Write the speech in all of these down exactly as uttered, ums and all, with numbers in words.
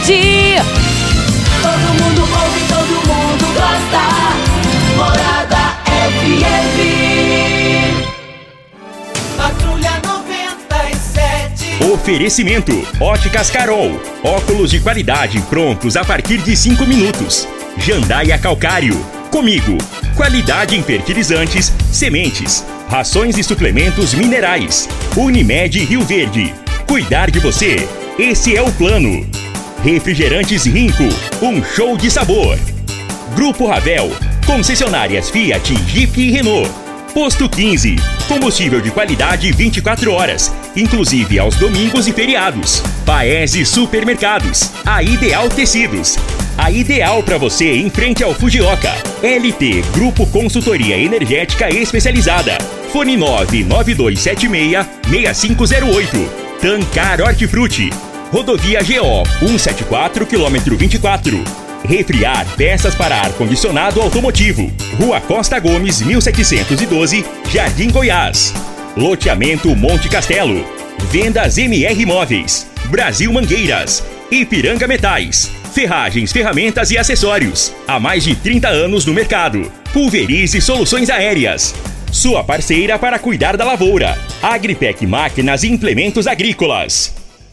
tarde. Todo mundo ouve, todo mundo gosta. Morada F M. Patrulha noventa e sete. Oferecimento: Óticas Carol. Óculos de qualidade prontos a partir de cinco minutos. Jandaia Calcário. Comigo. Qualidade em fertilizantes, sementes, rações e suplementos minerais. Unimed Rio Verde. Cuidar de você. Esse é o plano. Refrigerantes Rinco. Um show de sabor. Grupo Ravel. Concessionárias Fiat, Jeep e Renault. Posto quinze. Combustível de qualidade vinte e quatro horas, inclusive aos domingos e feriados. Paese Supermercados. A Ideal Tecidos. A ideal para você em frente ao Fujioka. L T Grupo Consultoria Energética Especializada. Fone nove nove dois sete seis seis cinco zero oito. Tancar Hortifruti. Rodovia G O cento e setenta e quatro, quilômetro vinte e quatro. Refriar peças para ar-condicionado automotivo. Rua Costa Gomes, mil setecentos e doze, Jardim Goiás. Loteamento Monte Castelo. Vendas M R Móveis. Brasil Mangueiras. Ipiranga Metais. Ferragens, ferramentas e acessórios. Há mais de trinta anos no mercado. Pulverize Soluções Aéreas. Sua parceira para cuidar da lavoura. Agripec Máquinas e Implementos Agrícolas.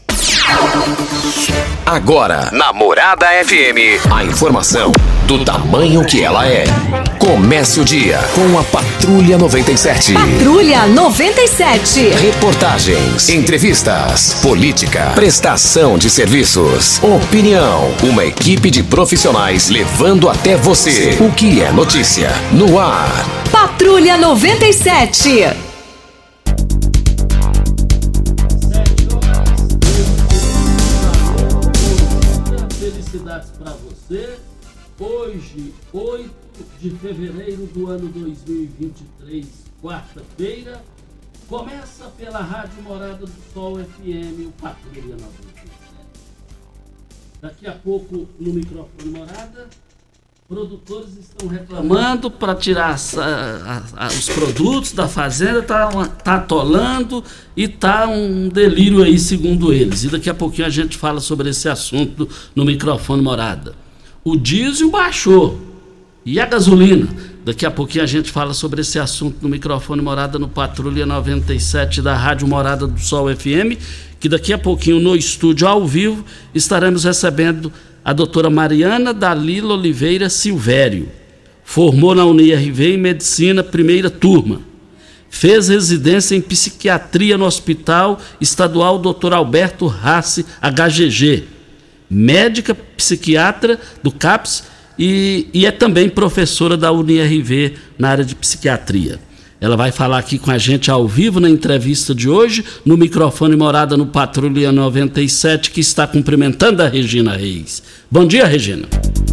Agora, na Morada F M, a informação do tamanho que ela é. Comece o dia com a Patrulha noventa e sete. Patrulha noventa e sete. Reportagens, entrevistas, política, prestação de serviços, opinião. Uma equipe de profissionais levando até você o que é notícia no ar. Patrulha noventa e sete. Felicidades para você. Hoje, oito de fevereiro do ano dois mil e vinte e três, quarta-feira, começa pela Rádio Morada do Sol F M, o Patrulha noventa e sete. Daqui a pouco, no microfone Morada, produtores estão reclamando para tirar as, a, a, os produtos da fazenda, tá, tá atolando e tá um delírio aí, segundo eles. E daqui a pouquinho a gente fala sobre esse assunto no microfone Morada. O diesel baixou. E a gasolina? Daqui a pouquinho a gente fala sobre esse assunto no microfone Morada no Patrulha noventa e sete da Rádio Morada do Sol F M, que daqui a pouquinho no estúdio ao vivo estaremos recebendo a doutora Mariana Dalila Oliveira Silvério. Formou na U N I R V em Medicina, primeira turma. Fez residência em Psiquiatria no Hospital Estadual doutor Alberto Rassi, H G G. Médica psiquiatra do CAPS e, e é também professora da U N I R V na área de Psiquiatria. Ela vai falar aqui com a gente ao vivo na entrevista de hoje, no microfone Morada no Patrulha noventa e sete, que está cumprimentando a Regina Reis. Bom dia, Regina.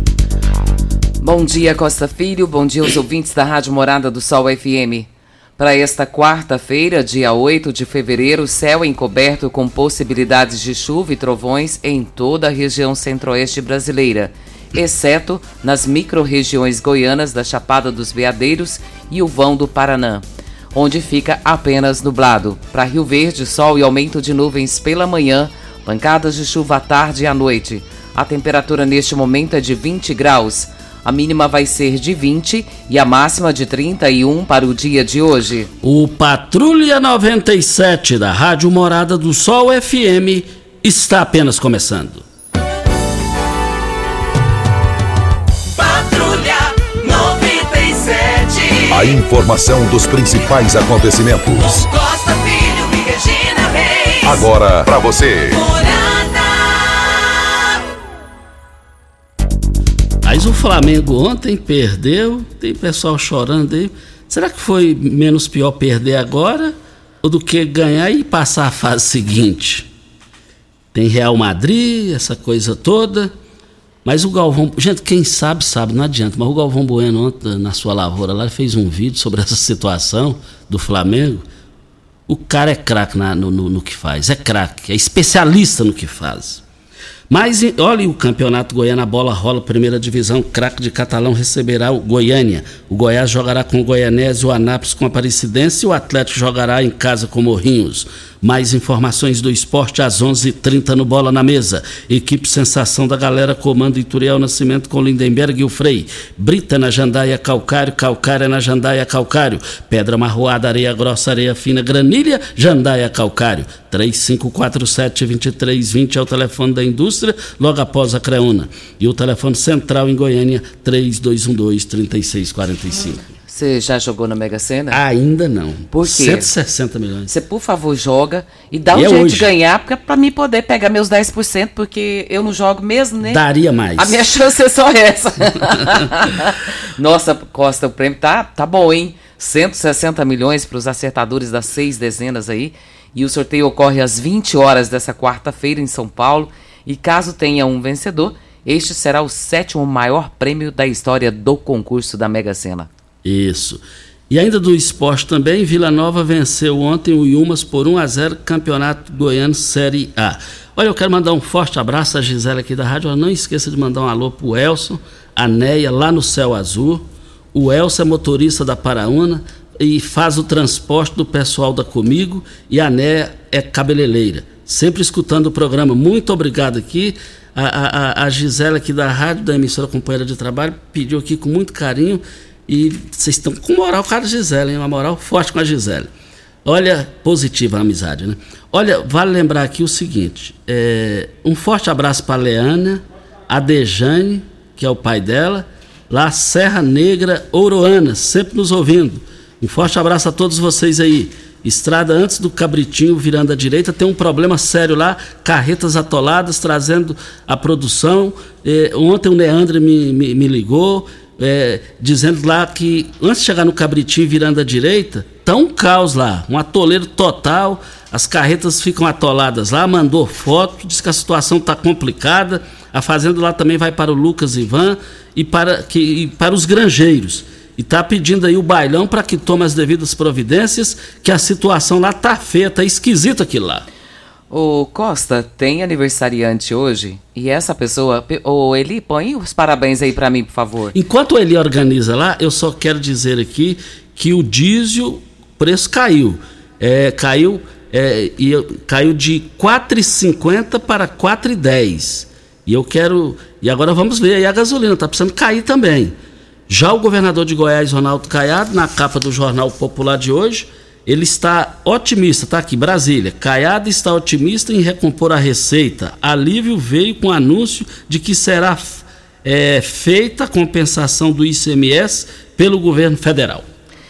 Bom dia, Costa Filho. Bom dia aos ouvintes da Rádio Morada do Sol F M. Para esta quarta-feira, dia oito de fevereiro, céu encoberto com possibilidades de chuva e trovões em toda a região centro-oeste brasileira, exceto nas micro-regiões goianas da Chapada dos Veadeiros e o Vão do Paraná, onde fica apenas nublado. Para Rio Verde, sol e aumento de nuvens pela manhã, pancadas de chuva à tarde e à noite. A temperatura neste momento é de vinte graus. A mínima vai ser de vinte e a máxima de trinta e um para o dia de hoje. O Patrulha noventa e sete da Rádio Morada do Sol F M está apenas começando. Patrulha noventa e sete. A informação dos principais acontecimentos. Costa Filho e Regina Reis. Agora pra você. Mas o Flamengo ontem perdeu, tem pessoal chorando aí. Será que foi menos pior perder agora ou do que ganhar e passar a fase seguinte? Tem Real Madrid, essa coisa toda. Mas o Galvão, gente, quem sabe, sabe, não adianta. Mas o Galvão Bueno ontem, na sua lavoura lá, fez um vídeo sobre essa situação do Flamengo. O cara é craque no, no, no que faz, é craque, é especialista no que faz. Mas, olha, o Campeonato Goiano, a bola rola, primeira divisão, craque de Catalão receberá o Goiânia. O Goiás jogará com o Goianese, o Anápolis com a Aparecidense e o Atlético jogará em casa com o Morrinhos. Mais informações do esporte às onze e trinta no Bola na Mesa. Equipe Sensação da Galera, comando Ituriel Nascimento com Lindenberg e o Frei. Brita na Jandaia Calcário, Calcária na Jandaia Calcário. Pedra Marroada, Areia Grossa, Areia Fina, Granilha, Jandaia Calcário. três cinco quatro sete, dois três dois zero é o telefone da indústria, logo após a Creuna. E o telefone central em Goiânia, três dois um dois, três seis quatro cinco. Você já jogou na Mega Sena? Ainda não. Por quê? cento e sessenta milhões. Você, por favor, joga e dá um E é jeito hoje. de ganhar, porque para mim poder pegar meus dez por cento, porque eu não jogo mesmo, né? Daria mais. A minha chance é só essa. Nossa, Costa, o prêmio tá, tá bom, hein? cento e sessenta milhões para os acertadores das seis dezenas aí. E o sorteio ocorre às vinte horas dessa quarta-feira em São Paulo. E caso tenha um vencedor, este será o sétimo maior prêmio da história do concurso da Mega Sena. Isso. E ainda do esporte também, Vila Nova venceu ontem o Yumas por um a zero, Campeonato Goiano Série A. Olha, eu quero mandar um forte abraço à Gisele aqui da rádio. Não esqueça de mandar um alô pro Elson, a Neia lá no Céu Azul. O Elson é motorista da Paraúna e faz o transporte do pessoal da Comigo, e a Neia é cabeleireira. Sempre escutando o programa. Muito obrigado aqui. A, a, a Gisele aqui da rádio, da emissora companheira de trabalho, pediu aqui com muito carinho. E vocês estão com moral com a Gisele, hein? Uma moral forte com a Gisele. Olha, positiva a amizade, né? Olha, vale lembrar aqui o seguinte, é, um forte abraço para a Leana, a Dejane, que é o pai dela, lá Serra Negra, Ouroana, sempre nos ouvindo. Um forte abraço a todos vocês aí. Estrada antes do Cabritinho, virando à direita, tem um problema sério lá, carretas atoladas, trazendo a produção. É, ontem o Neandre me, me, me ligou, É, dizendo lá que antes de chegar no Cabritinho virando à direita, tá um caos lá, um atoleiro total, as carretas ficam atoladas lá, mandou foto, diz que a situação está complicada, a fazenda lá também vai para o Lucas Ivan e para, que, e para os granjeiros, e está pedindo aí o bailão para que tome as devidas providências, que a situação lá tá feia, tá esquisito aquilo lá. Ô Costa, tem aniversariante hoje? E essa pessoa... Ô Eli, põe os parabéns aí pra mim, por favor. Enquanto ele organiza lá, eu só quero dizer aqui que o diesel, o preço caiu. É, caiu, é, e eu, caiu de quatro reais e cinquenta centavos para quatro reais e dez centavos. E eu quero... E agora vamos ver aí a gasolina, está precisando cair também. Já o governador de Goiás, Ronaldo Caiado, na capa do Jornal Popular de hoje... Ele está otimista, está aqui, Brasília. Caiado está otimista em recompor a receita. Alívio veio com anúncio de que será é, feita a compensação do I C M S pelo governo federal.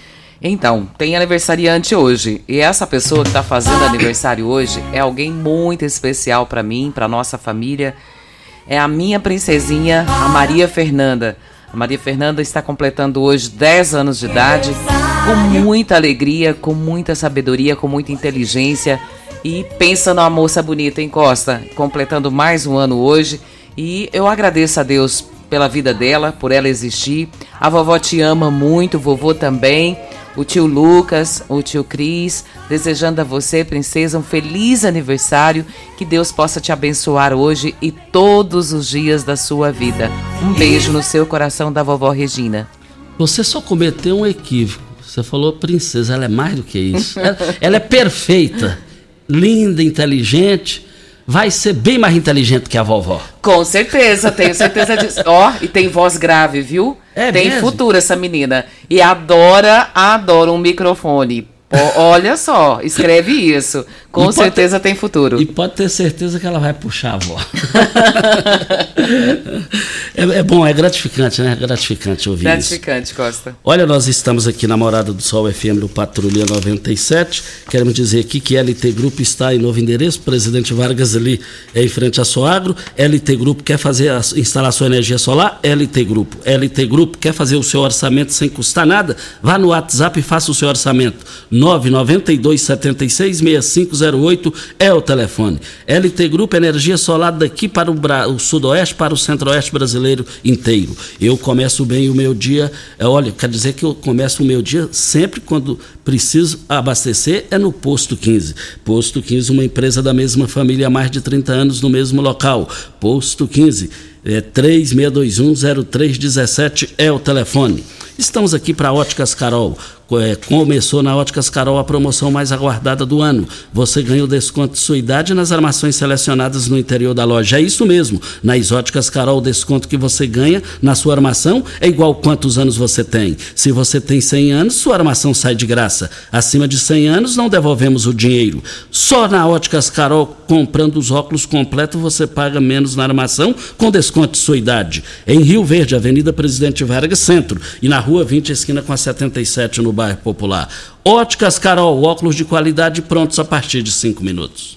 Então, tem aniversariante hoje. E essa pessoa que está fazendo aniversário hoje é alguém muito especial para mim, para nossa família. É a minha princesinha, a Maria Fernanda. A Maria Fernanda está completando hoje dez anos de idade, com muita alegria, com muita sabedoria, com muita inteligência. E pensa numa moça bonita, hein, Costa? Completando mais um ano hoje. E eu agradeço a Deus pela vida dela, por ela existir. A vovó te ama muito, o vovô também. O tio Lucas, o tio Cris, desejando a você, princesa, um feliz aniversário. Que Deus possa te abençoar hoje e todos os dias da sua vida. Um beijo no seu coração da vovó Regina. Você só cometeu um equívoco. Você falou princesa, ela é mais do que isso. ela, ela é perfeita, linda, inteligente. Vai ser bem mais inteligente que a vovó. Com certeza, tenho certeza disso. Ó, e tem voz grave, viu? É tem mesmo? futuro essa menina. E adora, adora um microfone. Ó, olha só, escreve isso. Com E certeza pode, tem futuro. E pode ter certeza que ela vai puxar a avó. é, é bom, é gratificante, né? É gratificante ouvir Gratificante, isso. Costa. Olha, nós estamos aqui na Morada do Sol F M do Patrulha noventa e sete. Queremos dizer aqui que L T Grupo está em novo endereço. Presidente Vargas ali é em frente à Soagro. L T Grupo quer fazer a instalação de energia solar? L T Grupo. L T Grupo quer fazer o seu orçamento sem custar nada? Vá no WhatsApp e faça o seu orçamento. nove nove dois sete seis, seis cinco zero oito é o telefone. L T Grupo, energia solar daqui para o, Bra... o sudoeste, para o centro-oeste brasileiro inteiro. Eu começo bem o meu dia, é, olha, quer dizer que eu começo o meu dia sempre quando preciso abastecer, é no Posto quinze. Posto quinze, uma empresa da mesma família há mais de trinta anos no mesmo local. Posto quinze, é, três seis dois um, zero três um sete é o telefone. Estamos aqui para Óticas Carol. Começou na Óticas Carol a promoção mais aguardada do ano. Você ganha o desconto de sua idade nas armações selecionadas no interior da loja. É isso mesmo. Nas Óticas Carol, o desconto que você ganha na sua armação é igual quantos anos você tem. Se você tem cem anos, sua armação sai de graça. Acima de cem anos, não devolvemos o dinheiro. Só na Óticas Carol, comprando os óculos completos, você paga menos na armação com desconto de sua idade. Em Rio Verde, Avenida Presidente Vargas, Centro. E na Rua vinte, esquina com a setenta e sete, no bairro Popular. Óticas Carol, óculos de qualidade prontos a partir de cinco minutos.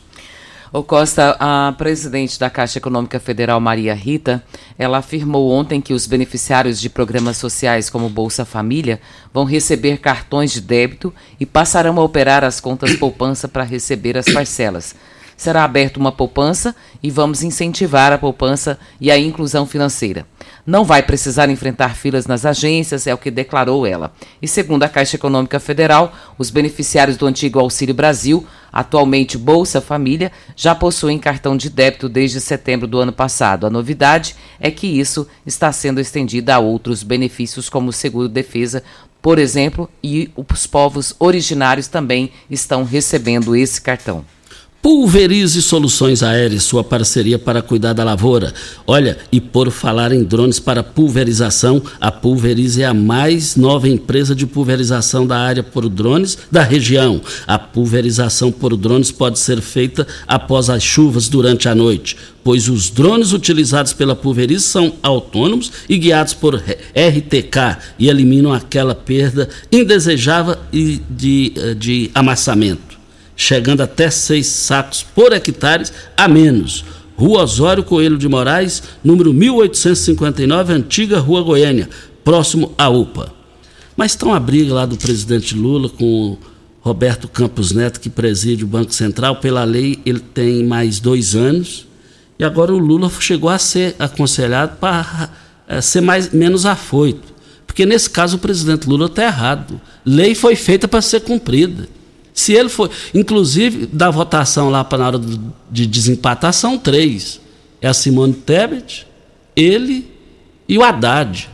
Ô Costa, a presidente da Caixa Econômica Federal, Maria Rita, ela afirmou ontem que os beneficiários de programas sociais como Bolsa Família vão receber cartões de débito e passarão a operar as contas poupança para receber as parcelas. Será aberta uma poupança e vamos incentivar a poupança e a inclusão financeira. Não vai precisar enfrentar filas nas agências, é o que declarou ela. E segundo a Caixa Econômica Federal, os beneficiários do antigo Auxílio Brasil, atualmente Bolsa Família, já possuem cartão de débito desde setembro do ano passado. A novidade é que isso está sendo estendido a outros benefícios como o seguro-defesa, por exemplo, e os povos originários também estão recebendo esse cartão. Pulverize Soluções Aéreas, sua parceria para cuidar da lavoura. Olha, e por falar em drones para pulverização, a Pulverize é a mais nova empresa de pulverização da área por drones da região. A pulverização por drones pode ser feita após as chuvas durante a noite, pois os drones utilizados pela Pulverize são autônomos e guiados por R T K e eliminam aquela perda indesejável de, de amassamento, chegando até seis sacos por hectare a menos. Rua Osório Coelho de Moraes, número mil oitocentos e cinquenta e nove, antiga Rua Goiânia, próximo à U P A. Mas está uma briga lá do presidente Lula com o Roberto Campos Neto, que preside o Banco Central. Pela lei, ele tem mais dois anos. E agora o Lula chegou a ser aconselhado para é, ser mais, menos afoito. Porque nesse caso o presidente Lula está errado. Lei foi feita para ser cumprida. Se ele for, inclusive, da votação lá para na hora de desempatar, são três. É a Simone Tebet, ele e o Haddad.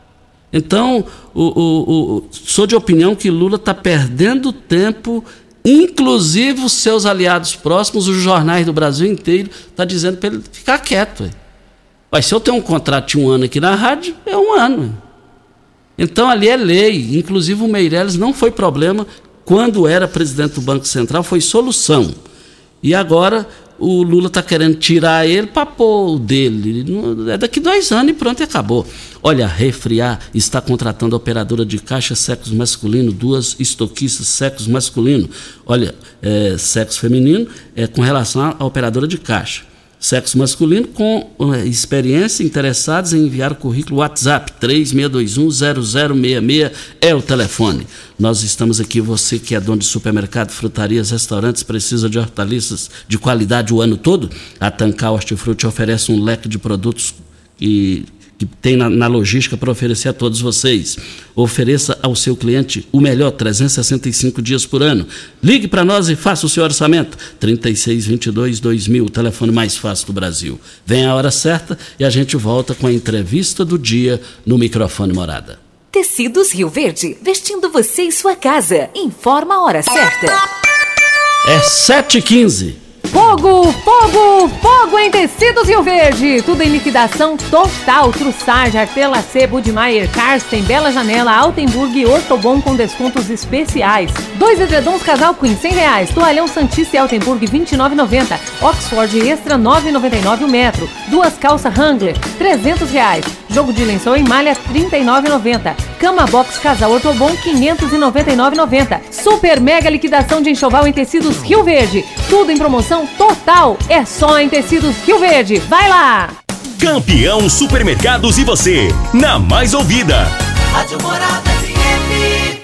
Então, o, o, o, sou de opinião que Lula está perdendo tempo, inclusive os seus aliados próximos, os jornais do Brasil inteiro, estão dizendo para ele ficar quieto. Mas se eu tenho um contrato de um ano aqui na rádio, é um ano. Então, ali é lei. Inclusive, o Meirelles não foi problema. Quando era presidente do Banco Central, foi solução. E agora o Lula está querendo tirar ele para pôr o dele. É daqui dois anos e pronto, e acabou. Olha, a Refriar está contratando a operadora de caixa sexo masculino, duas estoquistas sexo masculino. Olha, é, sexo feminino é com relação à operadora de caixa. Sexo masculino com uh, experiência, interessados em enviar o currículo WhatsApp três seis dois um zero zero seis seis é o telefone. Nós estamos aqui, você que é dono de supermercado, frutarias, restaurantes, precisa de hortaliças de qualidade o ano todo? A Tancar Hortifruti oferece um leque de produtos e que tem na, na logística para oferecer a todos vocês. Ofereça ao seu cliente o melhor trezentos e sessenta e cinco dias por ano. Ligue para nós e faça o seu orçamento. trinta e seis, vinte e dois, dois mil, o telefone mais fácil do Brasil. Vem a hora certa e a gente volta com a entrevista do dia no microfone Morada. Tecidos Rio Verde, vestindo você e sua casa. Informa a hora certa. É sete e quinze. Fogo, fogo, fogo em Tecidos Rio Verde. Tudo em liquidação total. Trussage, Artela C, Budmeier, Karsten, Bela Janela, Altenburg e Ortobon com descontos especiais. Dois edredons casal Queen, cem reais. Toalhão Santista e Altenburg, vinte e nove reais e noventa centavos. Oxford Extra, nove reais e noventa e nove centavos o metro. Duas calças Wrangler, trezentos reais. Jogo de lençol em malha, trinta e nove reais e noventa centavos. Cama Box Casal Ortobon, quinhentos e noventa e nove reais e noventa centavos. Super mega liquidação de enxoval em Tecidos Rio Verde. Tudo em promoção total. É só em Tecidos Rio Verde. Vai lá! Campeão Supermercados e você, na mais ouvida. Rádio Morada F M.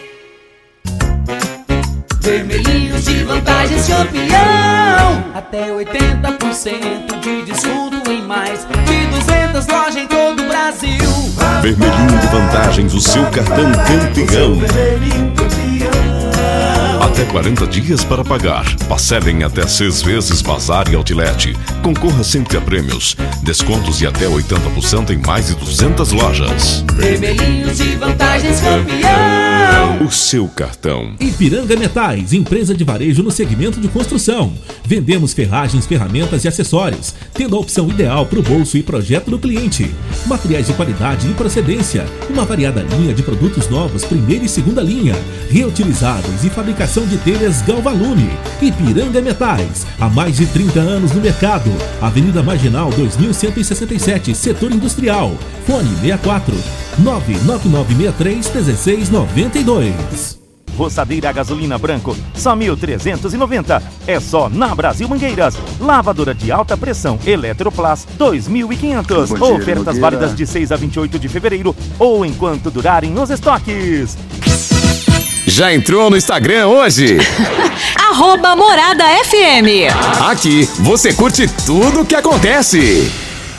Vermelhinhos de vantagens campeão. Até oitenta por cento de desconto em mais de duzentas lojas em todo o Brasil. Vermelhinho de vantagens, o seu cartão campeão. Vermelhinho campeão. Até quarenta dias para pagar. Parcelem até seis vezes Bazar e Outlet. Concorra sempre a prêmios. Descontos de até oitenta por cento em mais de duzentas lojas. Vermelhinhos e vantagens campeão. O seu cartão. Ipiranga Metais, empresa de varejo no segmento de construção. Vendemos ferragens, ferramentas e acessórios, tendo a opção ideal para o bolso e projeto do cliente. Materiais de qualidade e procedência. Uma variada linha de produtos novos, primeira e segunda linha. Reutilizáveis e fabricação de telhas Galvalume. Ipiranga Metais, há mais de trinta anos no mercado. Avenida Marginal dois mil cento e sessenta e sete, Setor Industrial. Fone seis quatro nove nove nove seis três um seis nove dois. Roçadeira a gasolina branco, só mil trezentos e noventa. É só na Brasil Mangueiras. Lavadora de alta pressão Eletroplas, dois mil e quinhentos. Ofertas válidas de seis a vinte e oito de fevereiro ou enquanto durarem os estoques. Já entrou no Instagram hoje? Arroba Morada F M. Aqui você curte tudo o que acontece.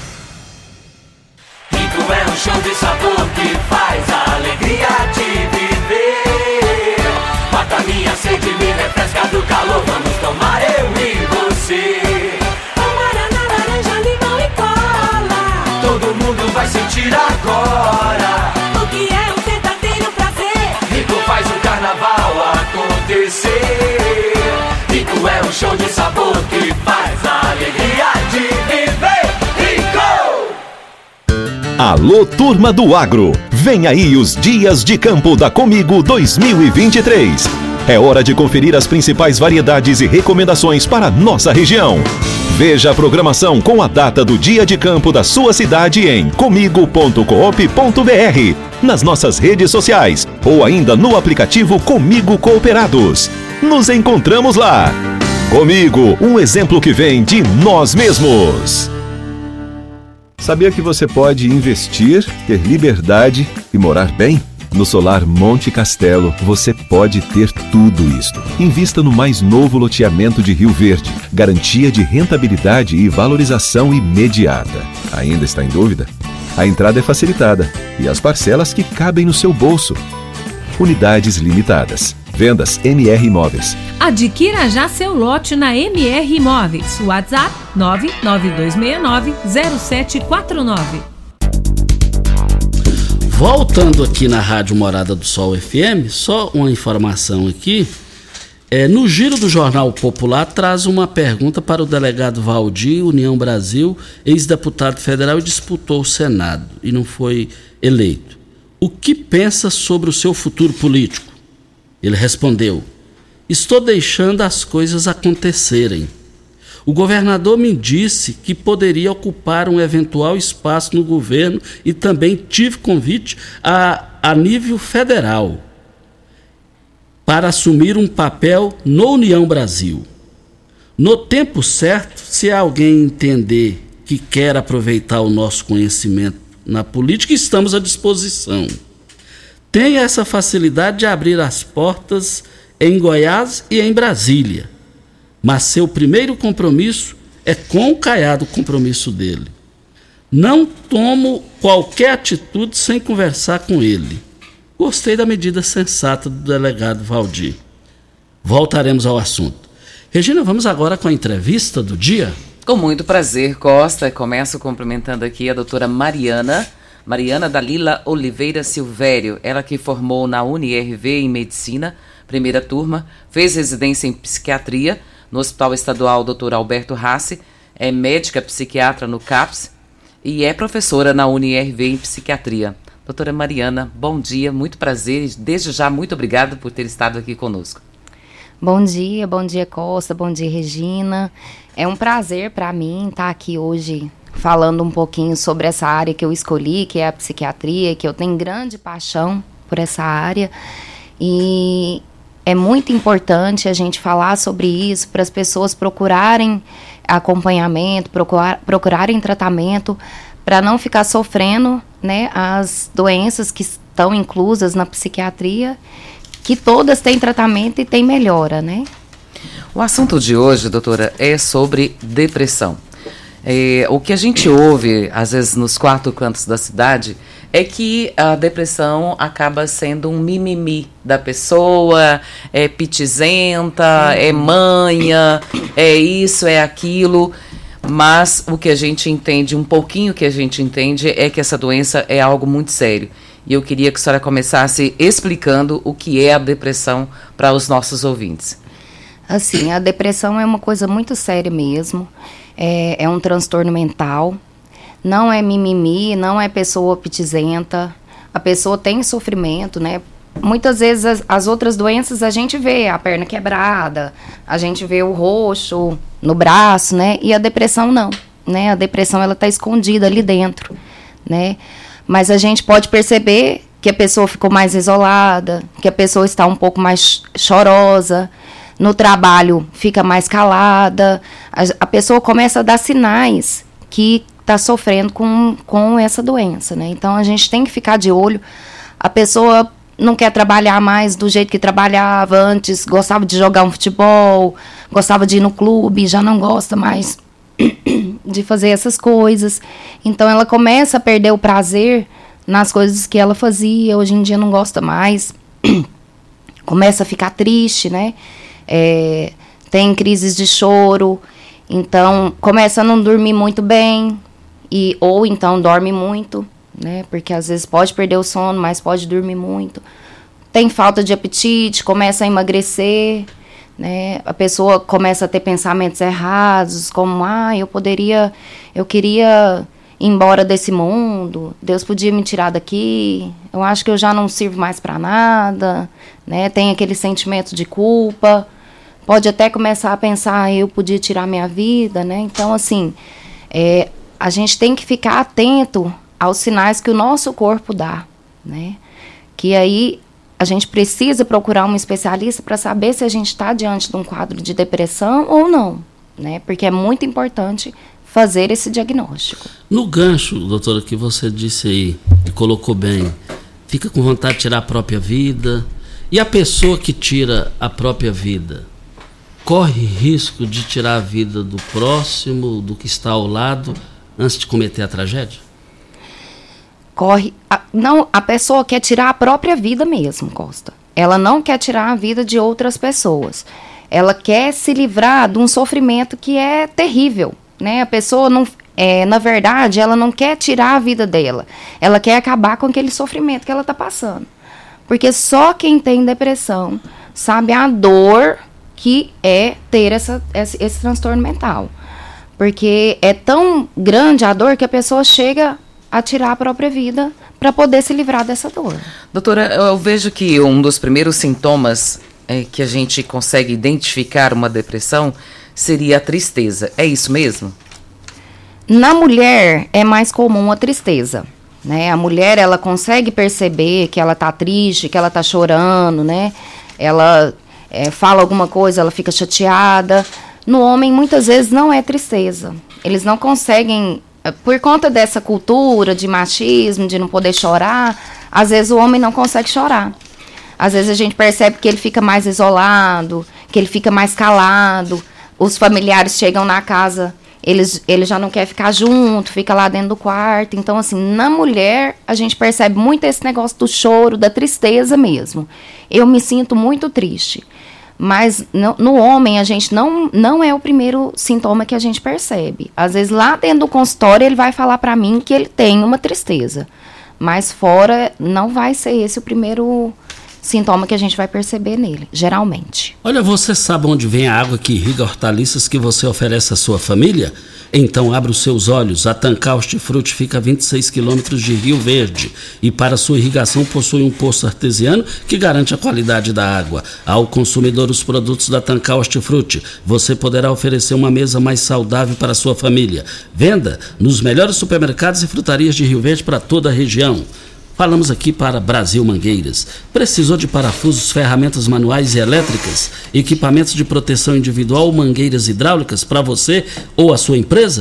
Rico é um show de sabor que faz a alegria de viver. Mata minha sede, me refresca do calor. Vamos tomar eu e você. Guaraná, laranja, limão e cola. Todo mundo vai sentir agora o que é um verdadeiro prazer. Rico faz o carnaval acontecer. Rico é um show de sabor que faz a alegria de viver. Rico! Alô, turma do agro! Vem aí os Dias de Campo da Comigo dois mil e vinte e três. É hora de conferir as principais variedades e recomendações para a nossa região. Veja a programação com a data do Dia de Campo da sua cidade em comigo ponto coop ponto br, nas nossas redes sociais ou ainda no aplicativo Comigo Cooperados. Nos encontramos lá! Comigo, um exemplo que vem de nós mesmos. Sabia que você pode investir, ter liberdade e morar bem? No Solar Monte Castelo, você pode ter tudo isto. Invista no mais novo loteamento de Rio Verde. Garantia de rentabilidade e valorização imediata. Ainda está em dúvida? A entrada é facilitada e as parcelas que cabem no seu bolso. Unidades limitadas. Vendas M R Imóveis. Adquira já seu lote na M R Imóveis. WhatsApp nove nove dois seis nove zero sete quatro nove. Voltando aqui na Rádio Morada do Sol F M, só uma informação aqui. É, no Giro do Jornal Popular traz uma pergunta para o delegado Valdir, União Brasil, ex-deputado federal e disputou o Senado e não foi eleito. O que pensa sobre o seu futuro político? Ele respondeu: estou deixando as coisas acontecerem. O governador me disse que poderia ocupar um eventual espaço no governo e também tive convite a, a nível federal para assumir um papel no União Brasil. No tempo certo, se alguém entender que quer aproveitar o nosso conhecimento na política, estamos à disposição. Tem essa facilidade de abrir as portas em Goiás e em Brasília. Mas seu primeiro compromisso é com o Caiado, o compromisso dele. Não tomo qualquer atitude sem conversar com ele. Gostei da medida sensata do delegado Valdir. Voltaremos ao assunto. Regina, vamos agora com a entrevista do dia? Com muito prazer, Costa. Começo cumprimentando aqui a doutora Mariana, Mariana Dalila Oliveira Silvério. Ela que formou na U N I R V em Medicina, primeira turma, fez residência em Psiquiatria no Hospital Estadual doutor Alberto Rassi, é médica psiquiatra no CAPS e é professora na U N I R V em Psiquiatria. Doutora Mariana, bom dia, muito prazer e desde já muito obrigada por ter estado aqui conosco. Bom dia, bom dia Costa, bom dia Regina. É um prazer para mim estar aqui hoje falando um pouquinho sobre essa área que eu escolhi, que é a psiquiatria, que eu tenho grande paixão por essa área. E é muito importante a gente falar sobre isso para as pessoas procurarem acompanhamento, procurar, procurarem tratamento, para não ficar sofrendo, né, as doenças que estão inclusas na psiquiatria, que todas têm tratamento e têm melhora, né? O assunto de hoje, doutora, é sobre depressão. É, o que a gente ouve, às vezes, nos quatro cantos da cidade, é que a depressão acaba sendo um mimimi da pessoa, é pitizenta, é manha, é isso, é aquilo. Mas o que a gente entende, um pouquinho que a gente entende, é que essa doença é algo muito sério. E eu queria que a senhora começasse explicando o que é a depressão para os nossos ouvintes. Assim, a depressão é uma coisa muito séria mesmo. É, é um transtorno mental. Não é mimimi, não é pessoa pitizenta. A pessoa tem sofrimento, né? Muitas vezes as, as outras doenças a gente vê a perna quebrada, a gente vê o roxo no braço, né? E a depressão não, né? A depressão ela está escondida ali dentro, né? Mas a gente pode perceber que a pessoa ficou mais isolada, que a pessoa está um pouco mais chorosa, no trabalho fica mais calada, a, a pessoa começa a dar sinais que está sofrendo com, com essa doença, né? Então a gente tem que ficar de olho. A pessoa não quer trabalhar mais do jeito que trabalhava antes, gostava de jogar um futebol, gostava de ir no clube, já não gosta mais de fazer essas coisas. Então ela começa a perder o prazer nas coisas que ela fazia, hoje em dia não gosta mais, começa a ficar triste, né? É, tem crises de choro, então começa a não dormir muito bem, e, ou então dorme muito, né? Porque às vezes pode perder o sono, mas pode dormir muito. Tem falta de apetite, começa a emagrecer, né? A pessoa começa a ter pensamentos errados, como, ah, eu poderia, eu queria ir embora desse mundo, Deus podia me tirar daqui, eu acho que eu já não sirvo mais para nada, né? Tem aquele sentimento de culpa, pode até começar a pensar, ah, eu podia tirar minha vida, né? Então, assim, é, a gente tem que ficar atento aos sinais que o nosso corpo dá, né? Que aí a gente precisa procurar um especialista para saber se a gente está diante de um quadro de depressão ou não, né? Porque é muito importante fazer esse diagnóstico. No gancho, doutora, que você disse aí, e colocou bem, fica com vontade de tirar a própria vida. E a pessoa que tira a própria vida, corre risco de tirar a vida do próximo, do que está ao lado, antes de cometer a tragédia? Corre. A, não, a pessoa quer tirar a própria vida mesmo, Costa. Ela não quer tirar a vida de outras pessoas. Ela quer se livrar de um sofrimento que é terrível, né? A pessoa não, é, na verdade, ela não quer tirar a vida dela. Ela quer acabar com aquele sofrimento que ela está passando. Porque só quem tem depressão sabe a dor que é ter essa, esse, esse transtorno mental. Porque é tão grande a dor que a pessoa chega a tirar a própria vida para poder se livrar dessa dor. Doutora, eu vejo que um dos primeiros sintomas é, que a gente consegue identificar uma depressão seria a tristeza. É isso mesmo? Na mulher é mais comum a tristeza, né? A mulher, ela consegue perceber que ela tá triste, que ela tá chorando, né? Ela é, fala alguma coisa, ela fica chateada. No homem, muitas vezes, não é tristeza. Eles não conseguem, por conta dessa cultura de machismo, de não poder chorar, às vezes o homem não consegue chorar. Às vezes a gente percebe que ele fica mais isolado, que ele fica mais calado. Os familiares chegam na casa, eles, ele já não quer ficar junto, fica lá dentro do quarto. Então, assim, na mulher, a gente percebe muito esse negócio do choro, da tristeza mesmo. Eu me sinto muito triste. Mas no, no homem, a gente não, não é o primeiro sintoma que a gente percebe. Às vezes, lá dentro do consultório, ele vai falar para mim que ele tem uma tristeza. Mas fora, não vai ser esse o primeiro sintoma que a gente vai perceber nele, geralmente. Olha, você sabe onde vem a água que irriga hortaliças que você oferece à sua família? Então abra os seus olhos. A Tancar Hortifruti fica a vinte e seis quilômetros de Rio Verde e para sua irrigação possui um poço artesiano que garante a qualidade da água. Ao consumidor os produtos da Tancar Hortifruti, você poderá oferecer uma mesa mais saudável para a sua família. Venda nos melhores supermercados e frutarias de Rio Verde para toda a região. Falamos aqui para Brasil Mangueiras. Precisou de parafusos, ferramentas manuais e elétricas, equipamentos de proteção individual ou mangueiras hidráulicas para você ou a sua empresa?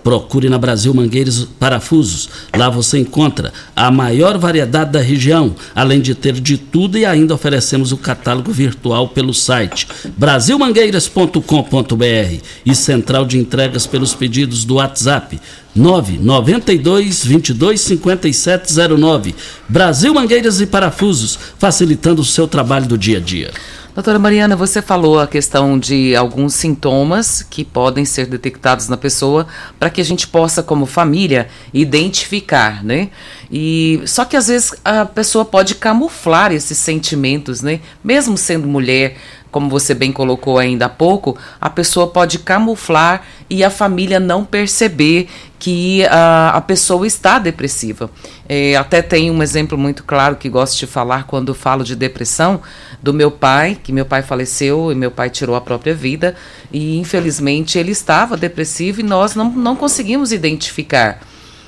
Procure na Brasil Mangueiras Parafusos. Lá você encontra a maior variedade da região, além de ter de tudo, e ainda oferecemos o catálogo virtual pelo site brasil mangueiras ponto com ponto b r e central de entregas pelos pedidos do WhatsApp nove nove dois, vinte e dois, cinquenta e sete zero nove. Brasil Mangueiras e Parafusos, facilitando o seu trabalho do dia a dia. Doutora Mariana, você falou a questão de alguns sintomas que podem ser detectados na pessoa para que a gente possa, como família, identificar, né? E só que às vezes a pessoa pode camuflar esses sentimentos, né? Mesmo sendo mulher, como você bem colocou ainda há pouco, a pessoa pode camuflar e a família não perceber que a, a pessoa está depressiva. É, até tem um exemplo muito claro que gosto de falar quando falo de depressão, do meu pai, que meu pai faleceu e meu pai tirou a própria vida, e infelizmente ele estava depressivo e nós não, não conseguimos identificar.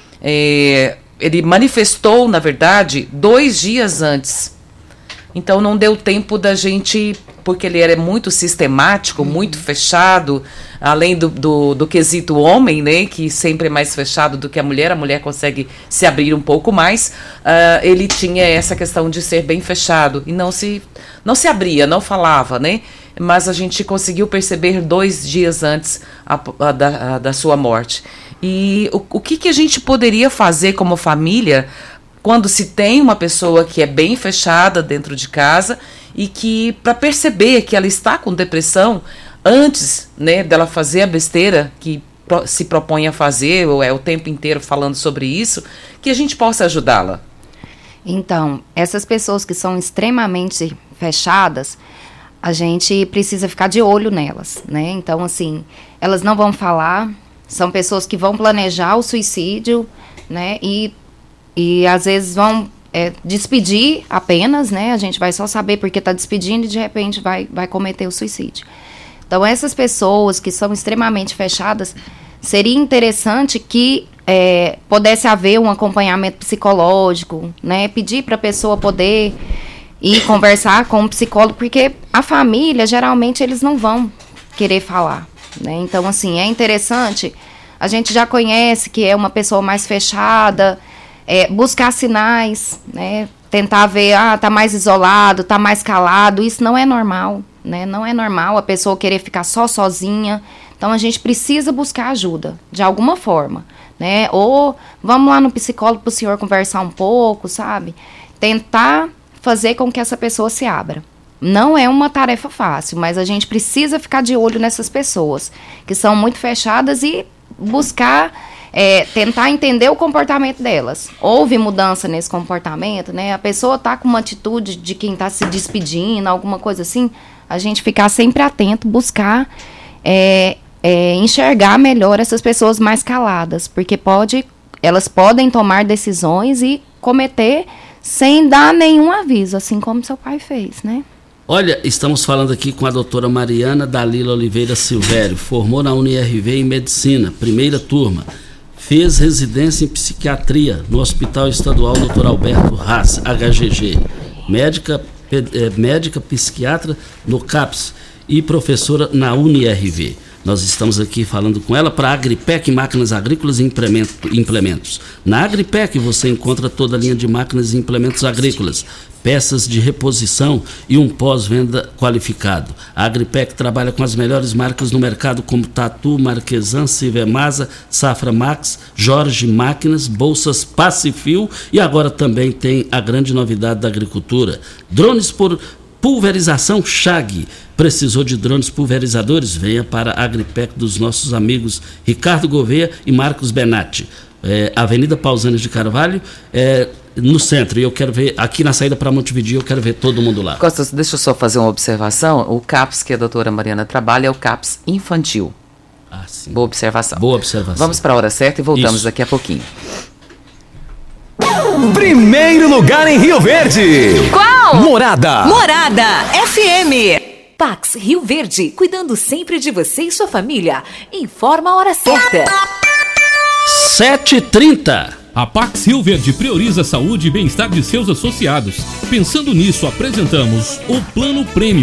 É, ele manifestou, na verdade, dois dias antes. Então não deu tempo da gente, porque ele era muito sistemático, muito fechado, além do, do, do quesito homem, né, que sempre é mais fechado do que a mulher, a mulher consegue se abrir um pouco mais, uh, ele tinha essa questão de ser bem fechado e não se, não se abria, não falava, né, mas a gente conseguiu perceber dois dias antes a, a, da, a, da sua morte. E o, o que, que a gente poderia fazer como família quando se tem uma pessoa que é bem fechada dentro de casa e que, para perceber que ela está com depressão, antes, né, dela fazer a besteira que pro, se propõe a fazer, ou é o tempo inteiro falando sobre isso, que a gente possa ajudá-la? Então, essas pessoas que são extremamente fechadas, a gente precisa ficar de olho nelas, né? Então, assim, elas não vão falar, são pessoas que vão planejar o suicídio, né, e E às vezes vão é, despedir apenas, né? A gente vai só saber porque está despedindo e de repente vai, vai cometer o suicídio. Então essas pessoas que são extremamente fechadas, seria interessante que é, pudesse haver um acompanhamento psicológico, né? Pedir para a pessoa poder ir conversar com um psicólogo, porque a família, geralmente, eles não vão querer falar, né? Então, assim, é interessante, a gente já conhece que é uma pessoa mais fechada, É, buscar sinais, né? Tentar ver, ah, tá mais isolado, tá mais calado, isso não é normal, né? Não é normal a pessoa querer ficar só sozinha. Então a gente precisa buscar ajuda, de alguma forma, né? Ou vamos lá no psicólogo para o senhor conversar um pouco, sabe? Tentar fazer com que essa pessoa se abra. Não é uma tarefa fácil, mas a gente precisa ficar de olho nessas pessoas que são muito fechadas e buscar É, tentar entender o comportamento delas. Houve mudança nesse comportamento, né? A pessoa está com uma atitude de quem está se despedindo, alguma coisa assim, a gente ficar sempre atento, buscar é, é, enxergar melhor essas pessoas mais caladas, porque pode, elas podem tomar decisões e cometer sem dar nenhum aviso, assim como seu pai fez, né? Olha, estamos falando aqui com a doutora Mariana Dalila Oliveira Silvério, formou na U N I R V em Medicina, primeira turma. Fez residência em psiquiatria no Hospital Estadual doutor Alberto Haas, H G G. Médica, é, médica psiquiatra no CAPS e professora na U N I R V. Nós estamos aqui falando com ela para a Agripec Máquinas Agrícolas e Implementos. Na Agripec você encontra toda a linha de máquinas e implementos agrícolas, peças de reposição e um pós-venda qualificado. A Agripec trabalha com as melhores marcas no mercado, como Tatu, Marquesan, Civemasa, Safra Max, Jorge Máquinas, Bolsas Pacifil, e agora também tem a grande novidade da agricultura: drones por pulverização Chag. Precisou de drones pulverizadores? Venha para a Agripec dos nossos amigos Ricardo Gouveia e Marcos Benatti. É, Avenida Pausanias de Carvalho, é, no centro. E eu quero ver, aqui na saída para Montevideo, eu quero ver todo mundo lá. Costa, deixa eu só fazer uma observação. O CAPS que a doutora Mariana trabalha é o CAPS infantil. Ah, sim. Boa observação. Boa observação. Vamos para a hora certa e voltamos Isso. daqui a pouquinho. Primeiro lugar em Rio Verde. Qual? Morada. Morada F M. Pax Rio Verde, cuidando sempre de você e sua família. Informa a hora certa. sete e trinta. A Pax Rio Verde prioriza a saúde e bem-estar de seus associados. Pensando nisso, apresentamos o Plano Premium.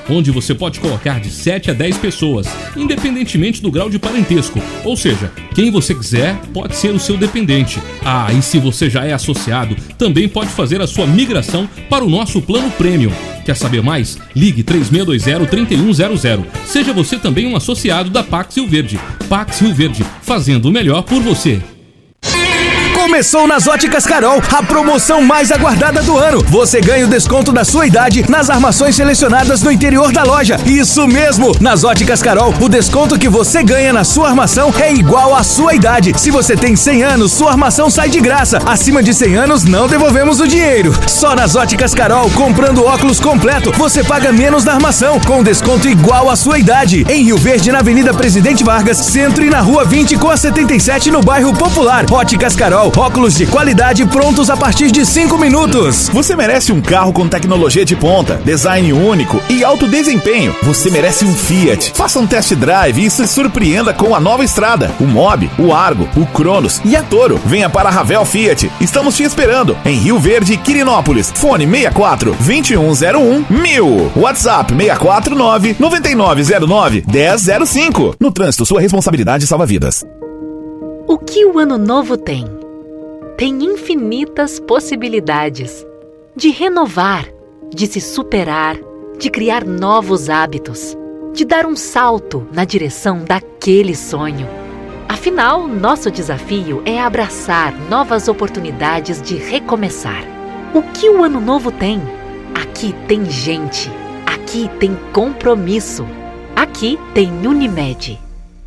onde você pode colocar de sete a dez pessoas, independentemente do grau de parentesco, ou seja, quem você quiser pode ser o seu dependente. Ah, e se você já é associado, também pode fazer a sua migração para o nosso plano Premium. Quer saber mais? Ligue três seis dois zero, três um zero zero. Seja você também um associado da Pax Rio Verde. Pax Rio Verde, fazendo o melhor por você. Começou nas Óticas Carol, a promoção mais aguardada do ano. Você ganha o desconto da sua idade nas armações selecionadas no interior da loja. Isso mesmo! Nas Óticas Carol, o desconto que você ganha na sua armação é igual à sua idade. Se você tem cem anos, sua armação sai de graça. Acima de cem anos, não devolvemos o dinheiro. Só nas Óticas Carol, comprando óculos completo, você paga menos na armação, com desconto igual à sua idade. Em Rio Verde, na Avenida Presidente Vargas, Centro e na Rua vinte com a setenta e sete no bairro Popular. Óticas Carol, óculos de qualidade prontos a partir de cinco minutos. Você merece um carro com tecnologia de ponta, design único e alto desempenho. Você merece um Fiat. Faça um test drive e se surpreenda com a nova Estrada, o Mobi, o Argo, o Cronos e a Toro. Venha para a Ravel Fiat. Estamos te esperando em Rio Verde e Quirinópolis. Fone seis quatro, dois um zero um, mil. WhatsApp seis quatro nove, nove nove zero nove, um zero zero cinco. No trânsito, sua responsabilidade salva vidas. O que o ano novo tem? Tem infinitas possibilidades de renovar, de se superar, de criar novos hábitos, de dar um salto na direção daquele sonho. Afinal, nosso desafio é abraçar novas oportunidades de recomeçar. O que o ano novo tem? Aqui tem gente, aqui tem compromisso, aqui tem Unimed.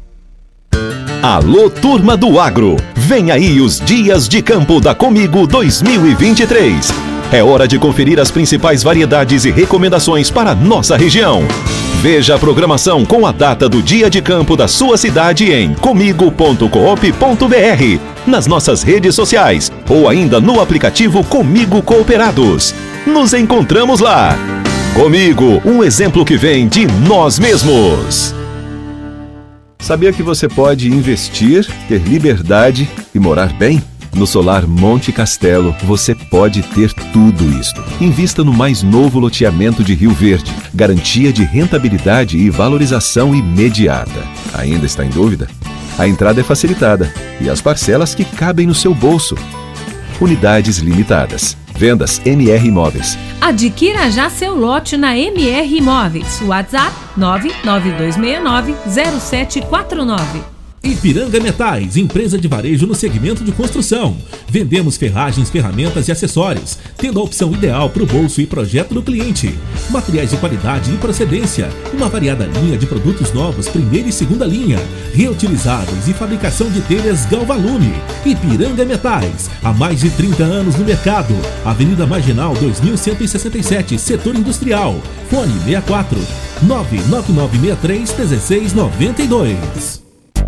Alô, turma do agro! Vem aí os Dias de Campo da Comigo dois mil e vinte e três. É hora de conferir as principais variedades e recomendações para nossa região. Veja a programação com a data do Dia de Campo da sua cidade em comigo ponto coop ponto br, nas nossas redes sociais ou ainda no aplicativo Comigo Cooperados. Nos encontramos lá! Comigo, um exemplo que vem de nós mesmos. Sabia que você pode investir, ter liberdade e morar bem? No Solar Monte Castelo, você pode ter tudo isto. Invista no mais novo loteamento de Rio Verde. Garantia de rentabilidade e valorização imediata. Ainda está em dúvida? A entrada é facilitada e as parcelas que cabem no seu bolso. Unidades limitadas. Vendas M R Imóveis. Adquira já seu lote na M R Imóveis. WhatsApp nove nove dois seis nove zero sete quatro nove. Ipiranga Metais, empresa de varejo no segmento de construção. Vendemos ferragens, ferramentas e acessórios, tendo a opção ideal para o bolso e projeto do cliente. Materiais de qualidade e procedência, uma variada linha de produtos novos, primeira e segunda linha, reutilizáveis e fabricação de telhas Galvalume. Ipiranga Metais, há mais de trinta anos no mercado. Avenida Marginal dois mil cento e sessenta e sete, Setor Industrial. Fone seis quatro nove nove nove seis três um seis nove dois.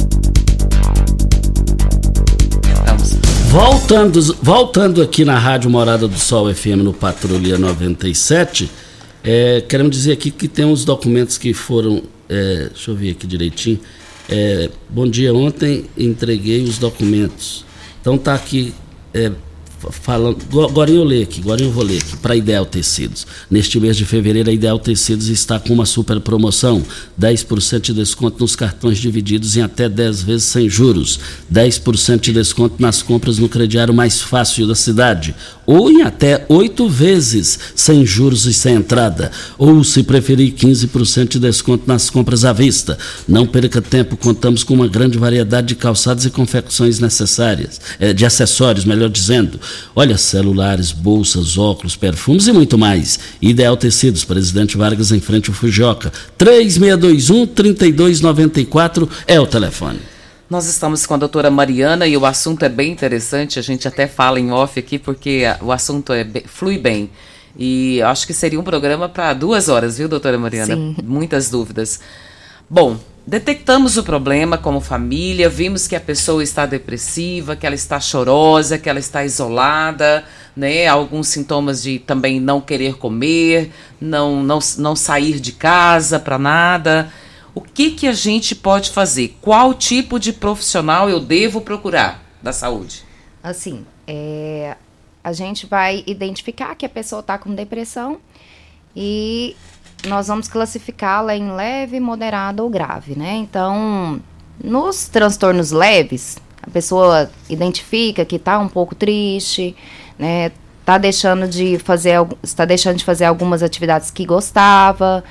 Voltando, voltando aqui na Rádio Morada do Sol F M no Patrulha noventa e sete, é, queremos dizer aqui que tem uns documentos que foram, é, deixa eu ver aqui direitinho, é, bom dia, ontem entreguei os documentos, então tá aqui, é, falando, agora eu leio aqui, agora eu vou ler aqui, para Ideal Tecidos. Neste mês de fevereiro, a Ideal Tecidos está com uma super promoção, dez por cento de desconto nos cartões divididos em até dez vezes sem juros, dez por cento de desconto nas compras no crediário mais fácil da cidade, ou em até oito vezes sem juros e sem entrada, ou se preferir quinze por cento de desconto nas compras à vista. Não perca tempo, contamos com uma grande variedade de calçados e confecções necessárias, é, de acessórios, melhor dizendo. Olha, celulares, bolsas, óculos, perfumes e muito mais. Ideal Tecidos, Presidente Vargas, em frente ao Fujioka. três seis dois um, três dois nove quatro é o telefone. Nós estamos com a doutora Mariana e o assunto é bem interessante, a gente até fala em off aqui porque o assunto é, flui bem. E acho que seria um programa para duas horas, viu, doutora Mariana? Sim. Muitas dúvidas. Bom, detectamos o problema como família, vimos que a pessoa está depressiva, que ela está chorosa, que ela está isolada, né? Alguns sintomas de também não querer comer, não, não, não sair de casa para nada. O que, que a gente pode fazer? Qual tipo de profissional eu devo procurar da saúde? Assim, é, a gente vai identificar que a pessoa está com depressão e nós vamos classificá-la em leve, moderada ou grave, né? Então, nos transtornos leves, a pessoa identifica que está um pouco triste, né? Tá deixando de fazer, está deixando de fazer algumas atividades que gostava,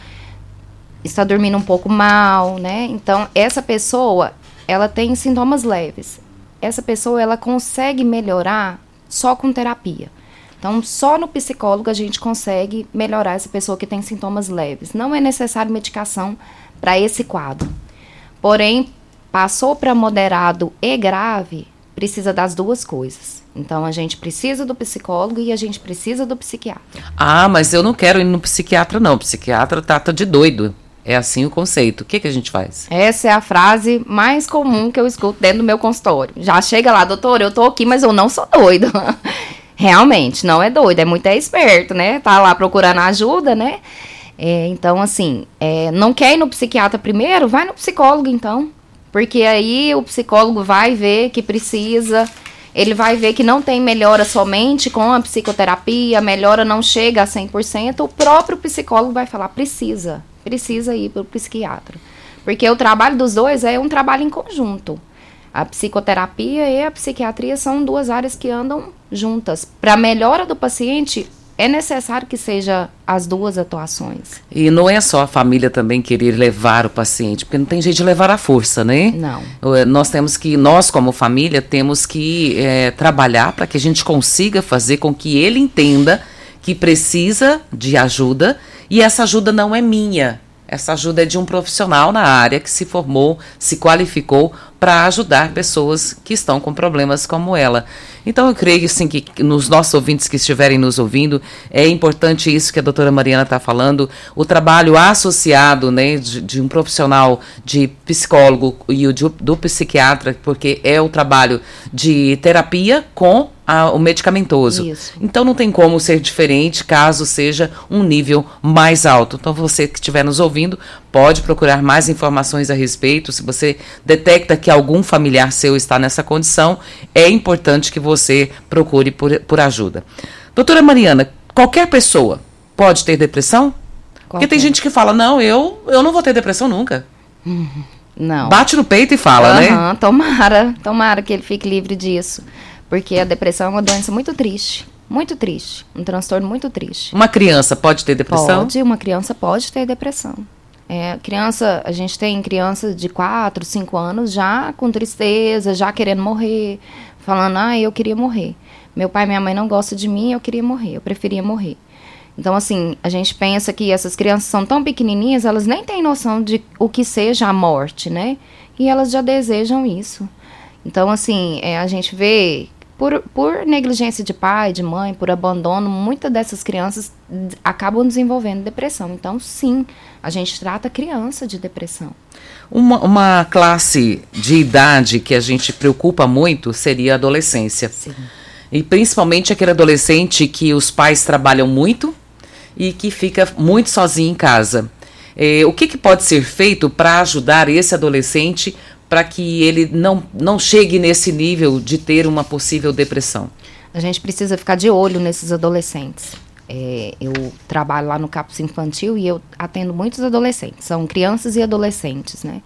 está dormindo um pouco mal, né? Então, essa pessoa, ela tem sintomas leves. Essa pessoa, ela consegue melhorar só com terapia. Então, só no psicólogo a gente consegue melhorar essa pessoa que tem sintomas leves. Não é necessário medicação para esse quadro. Porém, passou para moderado e grave, precisa das duas coisas. Então, a gente precisa do psicólogo e a gente precisa do psiquiatra. Ah, mas eu não quero ir no psiquiatra, não. O psiquiatra trata de doido. É assim o conceito. O que, que a gente faz? Essa é a frase mais comum que eu escuto dentro do meu consultório. Já chega lá, doutor, eu tô aqui, mas eu não sou doido. Realmente, não é doido, é muito é esperto, né? Tá lá procurando ajuda, né? É, então, assim, é, não quer ir no psiquiatra primeiro? Vai no psicólogo, então. Porque aí o psicólogo vai ver que precisa... Ele vai ver que não tem melhora somente com a psicoterapia, a melhora não chega a cem por cento, o próprio psicólogo vai falar, precisa, precisa ir para o psiquiatra. Porque o trabalho dos dois é um trabalho em conjunto. A psicoterapia e a psiquiatria são duas áreas que andam juntas. Para a melhora do paciente, é necessário que seja as duas atuações. E não é só a família também querer levar o paciente, porque não tem jeito de levar à força, né? Não. Nós temos que, nós como família, temos que é, trabalhar para que a gente consiga fazer com que ele entenda que precisa de ajuda e essa ajuda não é minha. Essa ajuda é de um profissional na área que se formou, se qualificou para ajudar pessoas que estão com problemas como ela. Então eu creio assim, que nos nossos ouvintes que estiverem nos ouvindo, é importante isso que a doutora Mariana está falando, o trabalho associado, né, de, de um profissional de psicólogo e o de, do psiquiatra, porque é o trabalho de terapia com a, o medicamentoso. Isso. Então não tem como ser diferente caso seja um nível mais alto. Então você que estiver nos ouvindo, pode procurar mais informações a respeito. Se você detecta que algum familiar seu está nessa condição, é importante que você procure por, por ajuda. Doutora Mariana, qualquer pessoa pode ter depressão? Qualquer. Porque tem gente que fala, não, eu, eu não vou ter depressão nunca. Uhum. Não. Bate no peito e fala, uhum, né? Tomara, tomara que ele fique livre disso. Porque a depressão é uma doença muito triste. Muito triste. Um transtorno muito triste. Uma criança pode ter depressão? Pode, uma criança pode ter depressão. É, criança, a gente tem criança de quatro, cinco anos já com tristeza, já querendo morrer, falando, ah, eu queria morrer. Meu pai e minha mãe não gostam de mim, eu queria morrer, eu preferia morrer. Então, assim, a gente pensa que essas crianças são tão pequenininhas, elas nem têm noção de o que seja a morte, né? E elas já desejam isso. Então, assim, é, a gente vê... Por, por negligência de pai, de mãe, por abandono, muitas dessas crianças acabam desenvolvendo depressão. Então, sim, a gente trata a criança de depressão. Uma, uma classe de idade que a gente preocupa muito seria a adolescência. Sim. E principalmente aquele adolescente que os pais trabalham muito e que fica muito sozinho em casa. É, o que, que pode ser feito para ajudar esse adolescente para que ele não, não chegue nesse nível de ter uma possível depressão? A gente precisa ficar de olho nesses adolescentes. É, eu trabalho lá no CAPS Infantil e eu atendo muitos adolescentes, são crianças e adolescentes, né?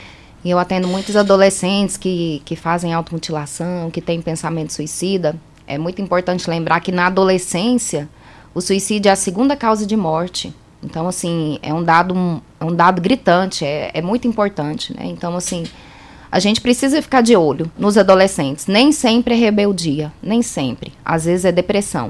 E eu atendo muitos adolescentes que, que fazem automutilação, que têm pensamento suicida. É muito importante lembrar que na adolescência, o suicídio é a segunda causa de morte. Então, assim, é um dado, um, é um dado gritante, é, é muito importante, né? Então, assim... A gente precisa ficar de olho nos adolescentes. Nem sempre é rebeldia, nem sempre. Às vezes é depressão.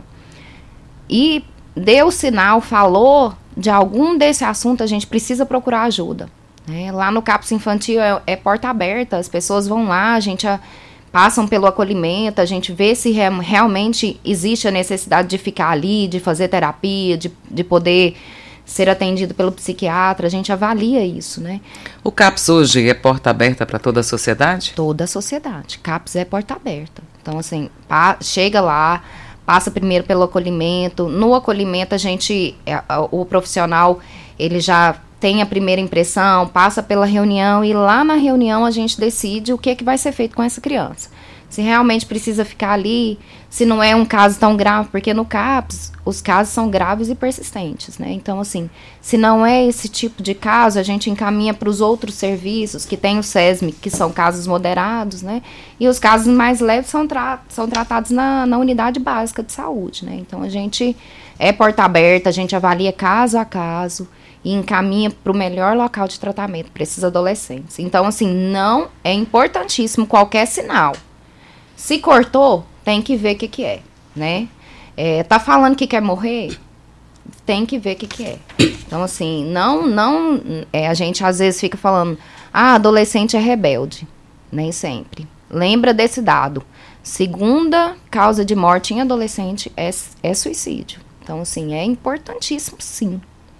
E deu sinal, falou de algum desse assunto, a gente precisa procurar ajuda. Né? Lá no CAPS Infantil é, é porta aberta, as pessoas vão lá, a gente a, passam pelo acolhimento, a gente vê se re, realmente existe a necessidade de ficar ali, de fazer terapia, de, de poder... ser atendido pelo psiquiatra, a gente avalia isso, né? O CAPS hoje é porta aberta para toda a sociedade? Toda a sociedade. CAPS é porta aberta. Então, assim, pa- chega lá, passa primeiro pelo acolhimento. No acolhimento, a gente, é, o profissional, ele já tem a primeira impressão, passa pela reunião e lá na reunião a gente decide o que, é que vai ser feito com essa criança. Se realmente precisa ficar ali, se não é um caso tão grave, porque no CAPS os casos são graves e persistentes, né? Então, assim, se não é esse tipo de caso, a gente encaminha para os outros serviços, que tem o SESMI, que são casos moderados, né? E os casos mais leves são, tra são tratados na, na unidade básica de saúde, né? Então, a gente é porta aberta, a gente avalia caso a caso e encaminha para o melhor local de tratamento para esses adolescentes. Então, assim, não é importantíssimo qualquer sinal. Se cortou, tem que ver o que, que é, né? É, tá falando que quer morrer? Tem que ver o que, que é. Então, assim, não, não, é, a gente às vezes fica falando, ah, adolescente é rebelde. Nem sempre. Lembra desse dado. Segunda causa de morte em adolescente é, é suicídio. Então, assim, é importantíssimo, sim.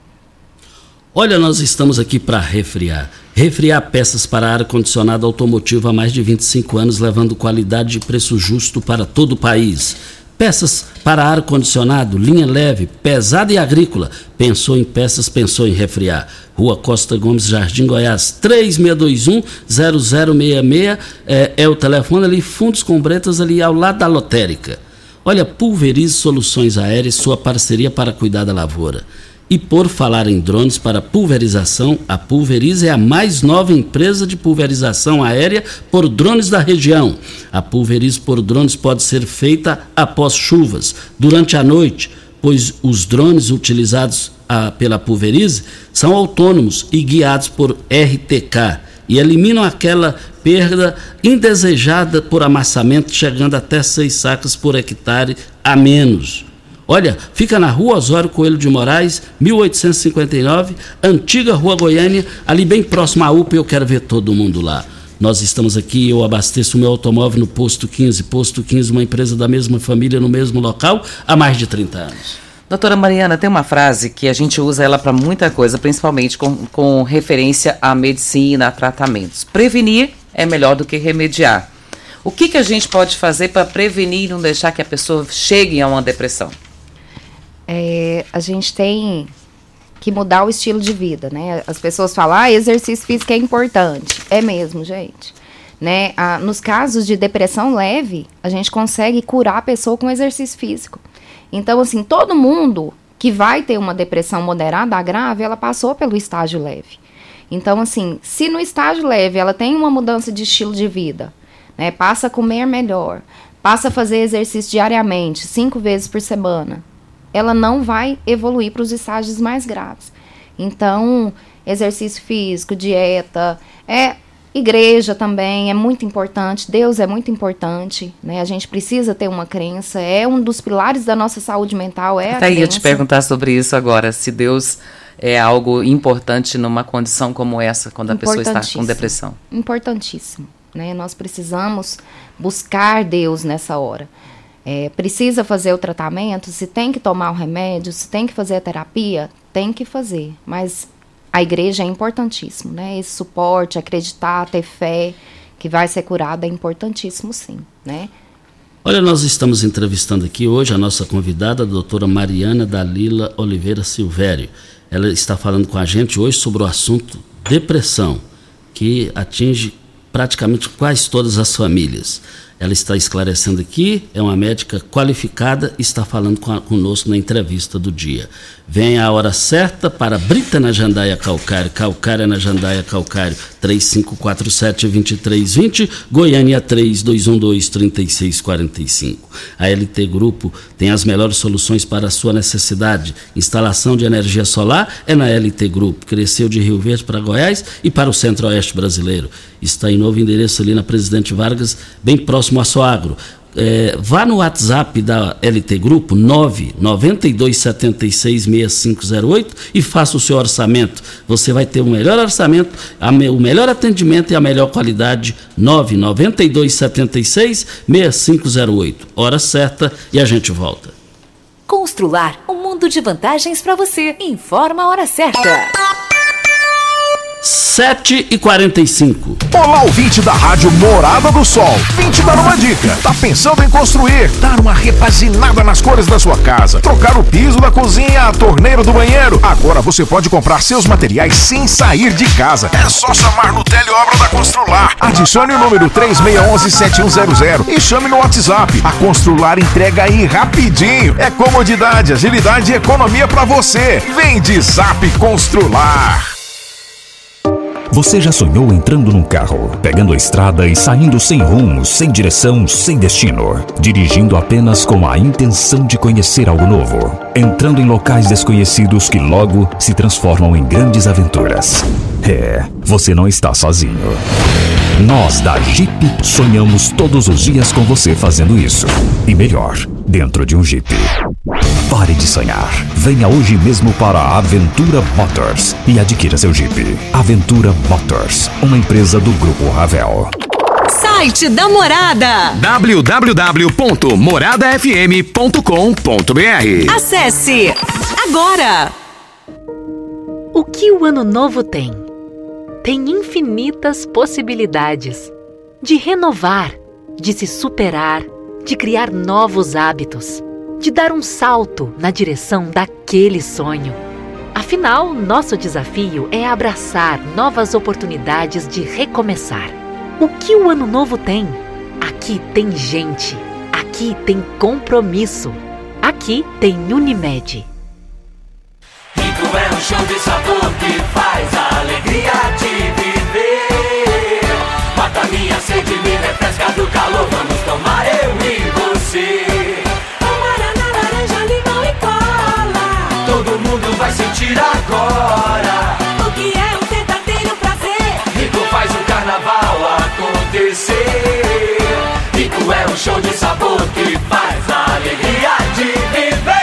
Olha, nós estamos aqui para refriar. Refriar peças para ar-condicionado automotivo há mais de vinte e cinco anos, levando qualidade e preço justo para todo o país. Peças para ar-condicionado, linha leve, pesada e agrícola. Pensou em peças, pensou em refriar. Rua Costa Gomes, Jardim Goiás, três seis dois um, zero zero seis seis é, é o telefone ali, Fundos com Bretas, ali ao lado da lotérica. Olha, Pulverize Soluções Aéreas, sua parceria para cuidar da lavoura. E por falar em drones para pulverização, a Pulverize é a mais nova empresa de pulverização aérea por drones da região. A Pulverize por drones pode ser feita após chuvas, durante a noite, pois os drones utilizados a, pela Pulverize são autônomos e guiados por R T K e eliminam aquela perda indesejada por amassamento, chegando até seis sacas por hectare a menos. Olha, fica na Rua Osório Coelho de Moraes, mil oitocentos e cinquenta e nove, antiga Rua Goiânia, ali bem próximo à U P A. Eu quero ver todo mundo lá. Nós estamos aqui, eu abasteço o meu automóvel no Posto quinze. Posto quinze, uma empresa da mesma família, no mesmo local, há mais de trinta anos. Doutora Mariana, tem uma frase que a gente usa ela para muita coisa, principalmente com, com referência à medicina, a tratamentos. Prevenir é melhor do que remediar. O que, que a gente pode fazer para prevenir e não deixar que a pessoa chegue a uma depressão? É, a gente tem que mudar o estilo de vida, né? As pessoas falam, ah, exercício físico é importante. É mesmo, gente. Né? Ah, nos casos de depressão leve, a gente consegue curar a pessoa com exercício físico. Então, assim, todo mundo que vai ter uma depressão moderada a grave, ela passou pelo estágio leve. Então, assim, se no estágio leve ela tem uma mudança de estilo de vida, né? Passa a comer melhor, passa a fazer exercício diariamente, cinco vezes por semana, ela não vai evoluir para os estágios mais graves. Então, exercício físico, dieta, é igreja também é muito importante, Deus é muito importante, né? A gente precisa ter uma crença, é um dos pilares da nossa saúde mental, é Até a crença. ia te perguntar sobre isso agora, se Deus é algo importante numa condição como essa, quando a pessoa está com depressão. Importantíssimo, né? Nós precisamos buscar Deus nessa hora. É, precisa fazer o tratamento, se tem que tomar o remédio, se tem que fazer a terapia, tem que fazer. Mas a igreja é importantíssimo, né? Esse suporte, acreditar, ter fé, que vai ser curado é importantíssimo, sim, né? Olha, nós estamos entrevistando aqui hoje a nossa convidada, a doutora Mariana Dalila Oliveira Silvério. Ela está falando com a gente hoje sobre o assunto depressão, que atinge praticamente quase todas as famílias. Ela está esclarecendo aqui, é uma médica qualificada e está falando com a, conosco na entrevista do dia. Vem a hora certa para Brita na Jandaia Calcário, Calcária na Jandaia Calcário, três cinco quatro sete, dois três dois zero, Goiânia três dois um dois, três seis quatro cinco. A L T Grupo tem as melhores soluções para a sua necessidade. Instalação de energia solar é na L T Grupo. Cresceu de Rio Verde para Goiás e para o Centro-Oeste brasileiro. Está em novo endereço ali na Presidente Vargas, bem próximo a Soagro. É, vá no WhatsApp da L T Grupo nove nove dois sete seis, seis cinco zero oito e faça o seu orçamento. Você vai ter o melhor orçamento, a me, o melhor atendimento e a melhor qualidade. Nove nove dois sete seis, seis cinco zero oito. Hora certa e a gente volta. Constrular um mundo de vantagens para você. Informa a hora certa. sete e quarenta e cinco. Olá, ouvinte da Rádio Morada do Sol. Vim te dar uma dica. Tá pensando em construir, dar uma repaginada nas cores da sua casa, trocar o piso da cozinha, a torneira do banheiro? Agora você pode comprar seus materiais sem sair de casa. É só chamar no Teleobra da Constrular. Adicione o número três seis um um sete um zero zero e chame no WhatsApp. A Constrular entrega aí rapidinho. É comodidade, agilidade e economia pra você. Vem de Zap Constrular. Você já sonhou entrando num carro, pegando a estrada e saindo sem rumo, sem direção, sem destino, dirigindo apenas com a intenção de conhecer algo novo, entrando em locais desconhecidos que logo se transformam em grandes aventuras? É, você não está sozinho. Nós da Jeep sonhamos todos os dias com você fazendo isso. E melhor, dentro de um Jeep. Pare de sonhar. Venha hoje mesmo para a Aventura Motors e adquira seu Jeep. Aventura Motors, uma empresa do Grupo Ravel. Site da Morada. w w w ponto morada f m ponto com ponto b r. Acesse agora. O que o ano novo tem? Tem infinitas possibilidades de renovar, de se superar, de criar novos hábitos, de dar um salto na direção daquele sonho. Afinal, nosso desafio é abraçar novas oportunidades de recomeçar. O que o ano novo tem? Aqui tem gente, aqui tem compromisso, aqui tem Unimed. Rico é um show de sabor que faz a alegria de viver. Mata minha sede, me refresca do calor. Vamos tomar eu e você. Guaraná, laranja, limão e cola. Todo mundo vai sentir agora o que é um verdadeiro prazer. Rico faz o carnaval acontecer. Rico é um show de sabor que faz a alegria de viver.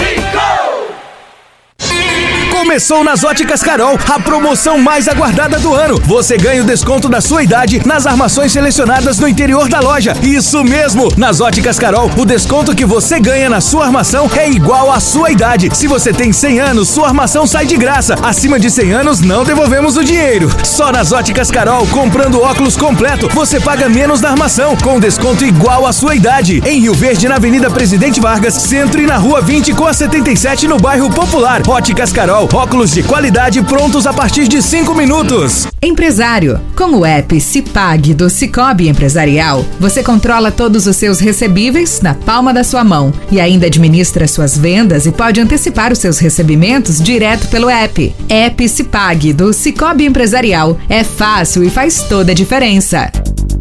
Começou nas Óticas Carol a promoção mais aguardada do ano. Você ganha o desconto da sua idade nas armações selecionadas no interior da loja. Isso mesmo! Nas Óticas Carol, o desconto que você ganha na sua armação é igual à sua idade. Se você tem cem anos, sua armação sai de graça. Acima de cem anos, não devolvemos o dinheiro. Só nas Óticas Carol, comprando óculos completo, você paga menos na armação, com desconto igual à sua idade. Em Rio Verde, na Avenida Presidente Vargas, Centro, e na Rua vinte com a setenta e sete, no bairro Popular. Óticas Carol, óculos de qualidade prontos a partir de cinco minutos. Empresário, com o app Cipag do Cicobi Empresarial, você controla todos os seus recebíveis na palma da sua mão e ainda administra suas vendas e pode antecipar os seus recebimentos direto pelo app. App Cipag do Cicobi Empresarial. É fácil e faz toda a diferença.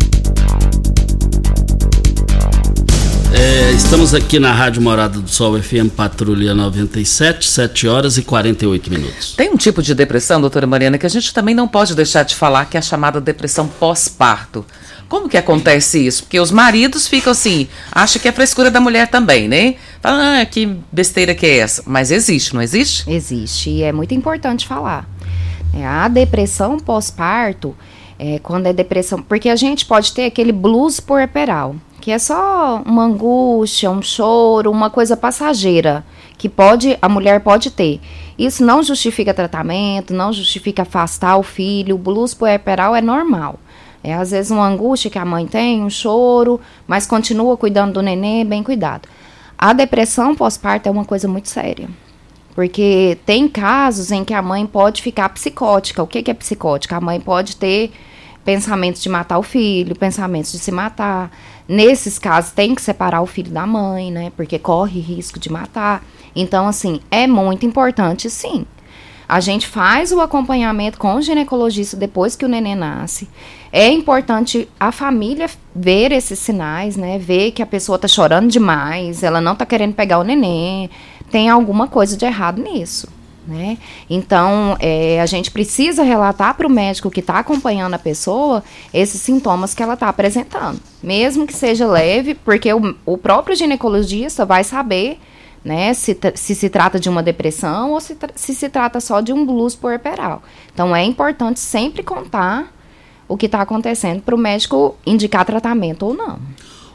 É, estamos aqui na Rádio Morada do Sol F M Patrulha noventa e sete, sete horas e quarenta e oito minutos. Tem um tipo de depressão, doutora Mariana, que a gente também não pode deixar de falar, que é a chamada depressão pós-parto. Como que acontece isso? Porque os maridos ficam assim, acham que é frescura da mulher também, né? Falam, ah, que besteira que é essa? Mas existe, não existe? Existe, e é muito importante falar. É, a depressão pós-parto, é, quando é depressão... Porque a gente pode ter aquele blues puerperal, que é só uma angústia, um choro, uma coisa passageira, que pode, a mulher pode ter. Isso não justifica tratamento, não justifica afastar o filho. O blues puerperal é normal. É às vezes uma angústia que a mãe tem, um choro, mas continua cuidando do neném, bem cuidado. A depressão pós-parto é uma coisa muito séria, porque tem casos em que a mãe pode ficar psicótica. O que que é psicótica? A mãe pode ter pensamentos de matar o filho, pensamentos de se matar. Nesses casos, tem que separar o filho da mãe, né? Porque corre risco de matar. Então, assim, é muito importante, sim. A gente faz o acompanhamento com o ginecologista depois que o neném nasce. É importante a família ver esses sinais, né? Ver que a pessoa tá chorando demais, ela não tá querendo pegar o neném. Tem alguma coisa de errado nisso, né? Então, é, a gente precisa relatar para o médico que está acompanhando a pessoa esses sintomas que ela está apresentando, mesmo que seja leve, porque o, o próprio ginecologista vai saber, né, se, se se trata de uma depressão ou se, se se trata só de um blues puerperal. Então, é importante sempre contar o que está acontecendo para o médico indicar tratamento ou não.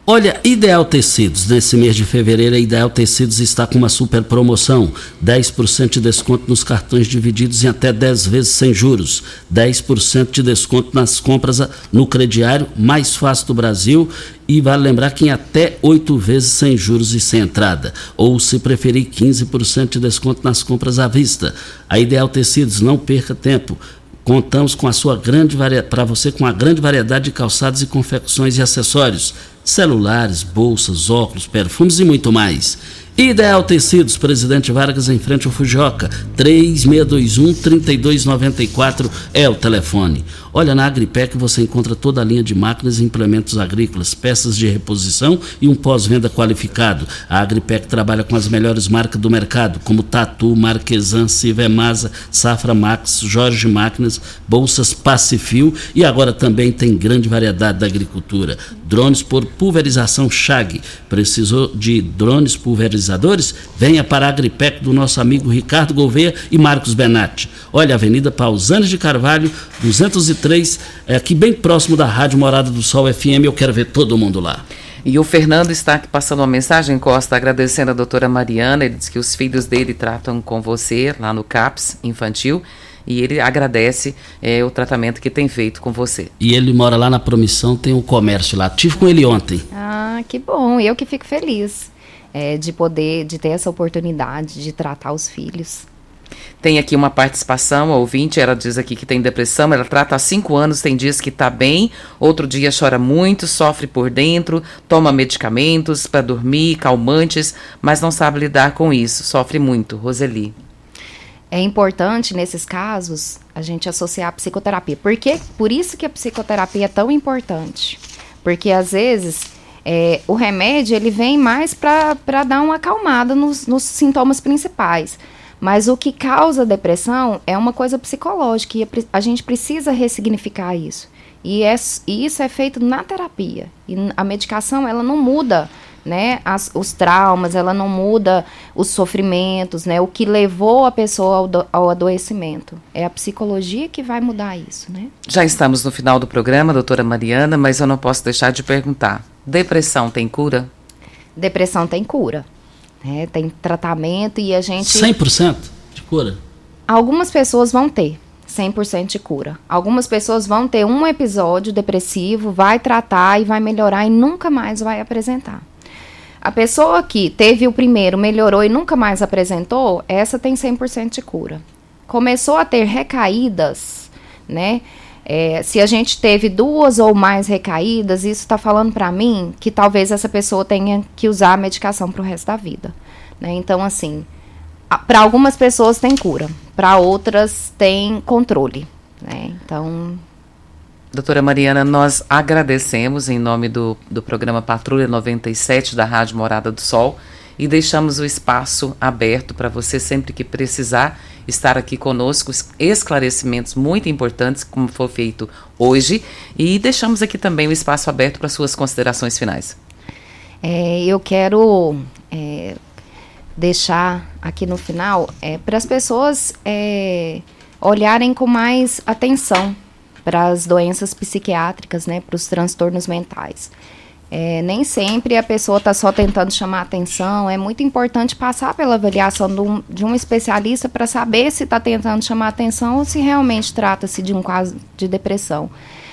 Olha, Ideal Tecidos, nesse mês de fevereiro, a Ideal Tecidos está com uma super promoção, dez por cento de desconto nos cartões divididos em até dez vezes sem juros, dez por cento de desconto nas compras no crediário mais fácil do Brasil e vale lembrar que em até oito vezes sem juros e sem entrada, ou se preferir quinze por cento de desconto nas compras à vista. A Ideal Tecidos, não perca tempo. Contamos com a sua grande variedade, para você com a grande variedade de calçados e confecções e acessórios, celulares, bolsas, óculos, perfumes e muito mais. Ideal Tecidos, Presidente Vargas, em frente ao Fujioka, três seis dois um, três dois nove quatro é o telefone. Olha, na Agripec você encontra toda a linha de máquinas e implementos agrícolas, peças de reposição e um pós-venda qualificado. A Agripec trabalha com as melhores marcas do mercado, como Tatu, Marquesan, Sivemasa, Safra Max, Jorge Máquinas, Bolsas Pacifil e agora também tem grande variedade da agricultura. Drones por pulverização Chag. Precisou de drones pulverizadores? Venha para a Agripec do nosso amigo Ricardo Gouveia e Marcos Benatti. Olha, Avenida Pausanes de Carvalho, duzentos e três, é aqui bem próximo da Rádio Morada do Sol F M. Eu quero ver todo mundo lá. E o Fernando está aqui passando uma mensagem, Costa, agradecendo a doutora Mariana. Ele diz que os filhos dele tratam com você lá no CAPS infantil. E ele agradece é, o tratamento que tem feito com você. E ele mora lá na Promissão, tem um comércio lá. Tive com ele ontem. Ah, que bom. Eu que fico feliz é, de poder, de ter essa oportunidade de tratar os filhos. Tem aqui uma participação, a ouvinte, ela diz aqui que tem depressão, ela trata há cinco anos, tem dias que está bem, outro dia chora muito, sofre por dentro, toma medicamentos para dormir, calmantes, mas não sabe lidar com isso, sofre muito. Roseli. É importante, nesses casos, a gente associar a psicoterapia. Por quê? Por isso que a psicoterapia é tão importante. Porque, às vezes, é, o remédio ele vem mais para dar uma acalmada nos, nos sintomas principais. Mas o que causa depressão é uma coisa psicológica e a, a gente precisa ressignificar isso. E, é, e isso é feito na terapia. E a medicação, ela não muda, né, as, os traumas, ela não muda os sofrimentos, né, o que levou a pessoa ao, do, ao adoecimento. É a psicologia que vai mudar isso, né? Já estamos no final do programa, doutora Mariana, mas eu não posso deixar de perguntar. Depressão tem cura? Depressão tem cura. Né, tem tratamento e a gente... cem por cento de cura? Algumas pessoas vão ter cem por cento de cura. Algumas pessoas vão ter um episódio depressivo, vai tratar e vai melhorar e nunca mais vai apresentar. A pessoa que teve o primeiro, melhorou e nunca mais apresentou, essa tem cem por cento de cura. Começou a ter recaídas, né? É, se a gente teve duas ou mais recaídas, isso está falando para mim que talvez essa pessoa tenha que usar a medicação para o resto da vida. Né? Então, assim, para algumas pessoas tem cura, para outras tem controle. Né? Então... Doutora Mariana, nós agradecemos em nome do, do programa Patrulha noventa e sete da Rádio Morada do Sol e deixamos o espaço aberto para você sempre que precisar estar aqui conosco, esclarecimentos muito importantes, como foi feito hoje, e deixamos aqui também o espaço aberto para suas considerações finais. É, eu quero é, deixar aqui no final é, para as pessoas é, olharem com mais atenção para as doenças psiquiátricas, né, para os transtornos mentais. É, nem sempre a pessoa está só tentando chamar atenção, é muito importante passar pela avaliação de um, de um especialista para saber se está tentando chamar atenção ou se realmente trata-se de um caso de depressão.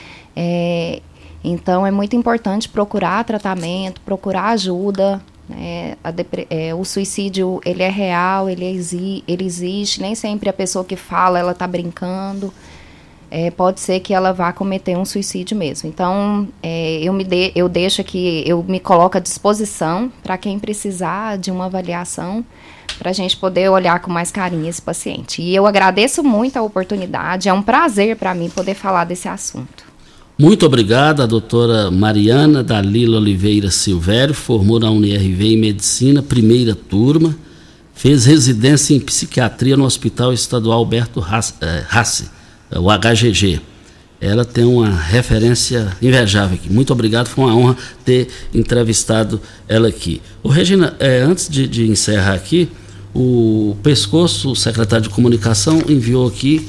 É, então, é muito importante procurar tratamento, procurar ajuda. Né, a depre- é, o suicídio, ele é real, ele, exi- ele existe, nem sempre a pessoa que fala, ela está brincando. É, pode ser que ela vá cometer um suicídio mesmo. Então, é, eu, me de, eu deixo aqui, eu me coloco à disposição para quem precisar de uma avaliação, para a gente poder olhar com mais carinho esse paciente. E eu agradeço muito a oportunidade, é um prazer para mim poder falar desse assunto. Muito obrigado, a doutora Mariana Dalila Oliveira Silvério, formou na U N R V em Medicina, primeira turma, fez residência em Psiquiatria no Hospital Estadual Alberto Rassi, o H G G. Ela tem uma referência invejável aqui. Muito obrigado, foi uma honra ter entrevistado ela aqui. Ô, Regina, é, antes de, de encerrar aqui, o Pescoço, o secretário de Comunicação, enviou aqui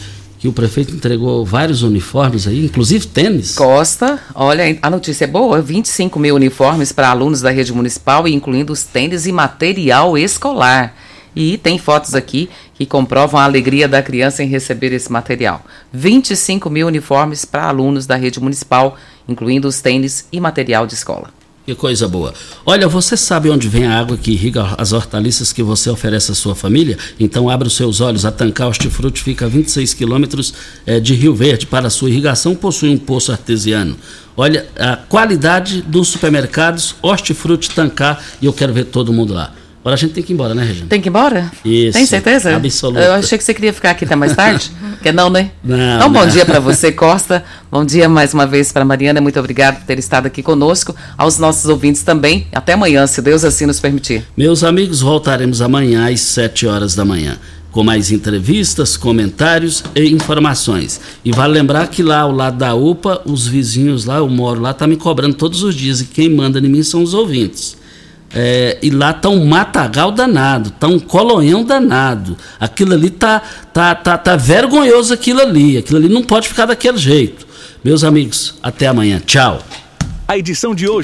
que o prefeito entregou vários uniformes aí, inclusive tênis. Costa, olha, a notícia é boa, vinte e cinco mil uniformes para alunos da rede municipal, incluindo os tênis e material escolar. E tem fotos aqui que comprovam a alegria da criança em receber esse material. vinte e cinco mil uniformes para alunos da rede municipal, incluindo os tênis e material de escola. Que coisa boa. Olha, você sabe onde vem a água que irriga as hortaliças que você oferece à sua família? Então abra os seus olhos. A Tancar Hortifruti fica a vinte e seis quilômetros eh, de Rio Verde. Para a sua irrigação, possui um poço artesiano. Olha, a qualidade dos supermercados Hortifruti Tancar, e eu quero ver todo mundo lá. Agora a gente tem que ir embora, né, Regina? Tem que ir embora? Isso. Tem certeza? Absoluta. Eu achei que você queria ficar aqui até mais tarde. Quer não, né? Não, então, bom não. dia para você, Costa. Bom dia mais uma vez para Mariana. Muito obrigado por ter estado aqui conosco. Aos nossos ouvintes também. Até amanhã, se Deus assim nos permitir. Meus amigos, voltaremos amanhã às sete horas da manhã. Com mais entrevistas, comentários e informações. E vale lembrar que lá ao lado da U P A, os vizinhos lá, eu moro lá, tá me cobrando todos os dias. E quem manda em mim são os ouvintes. É, e lá tá um matagal danado, tá um colonhão danado. Aquilo ali tá, tá, tá, tá vergonhoso, aquilo ali. Aquilo ali não pode ficar daquele jeito. Meus amigos, até amanhã. Tchau. A edição de hoje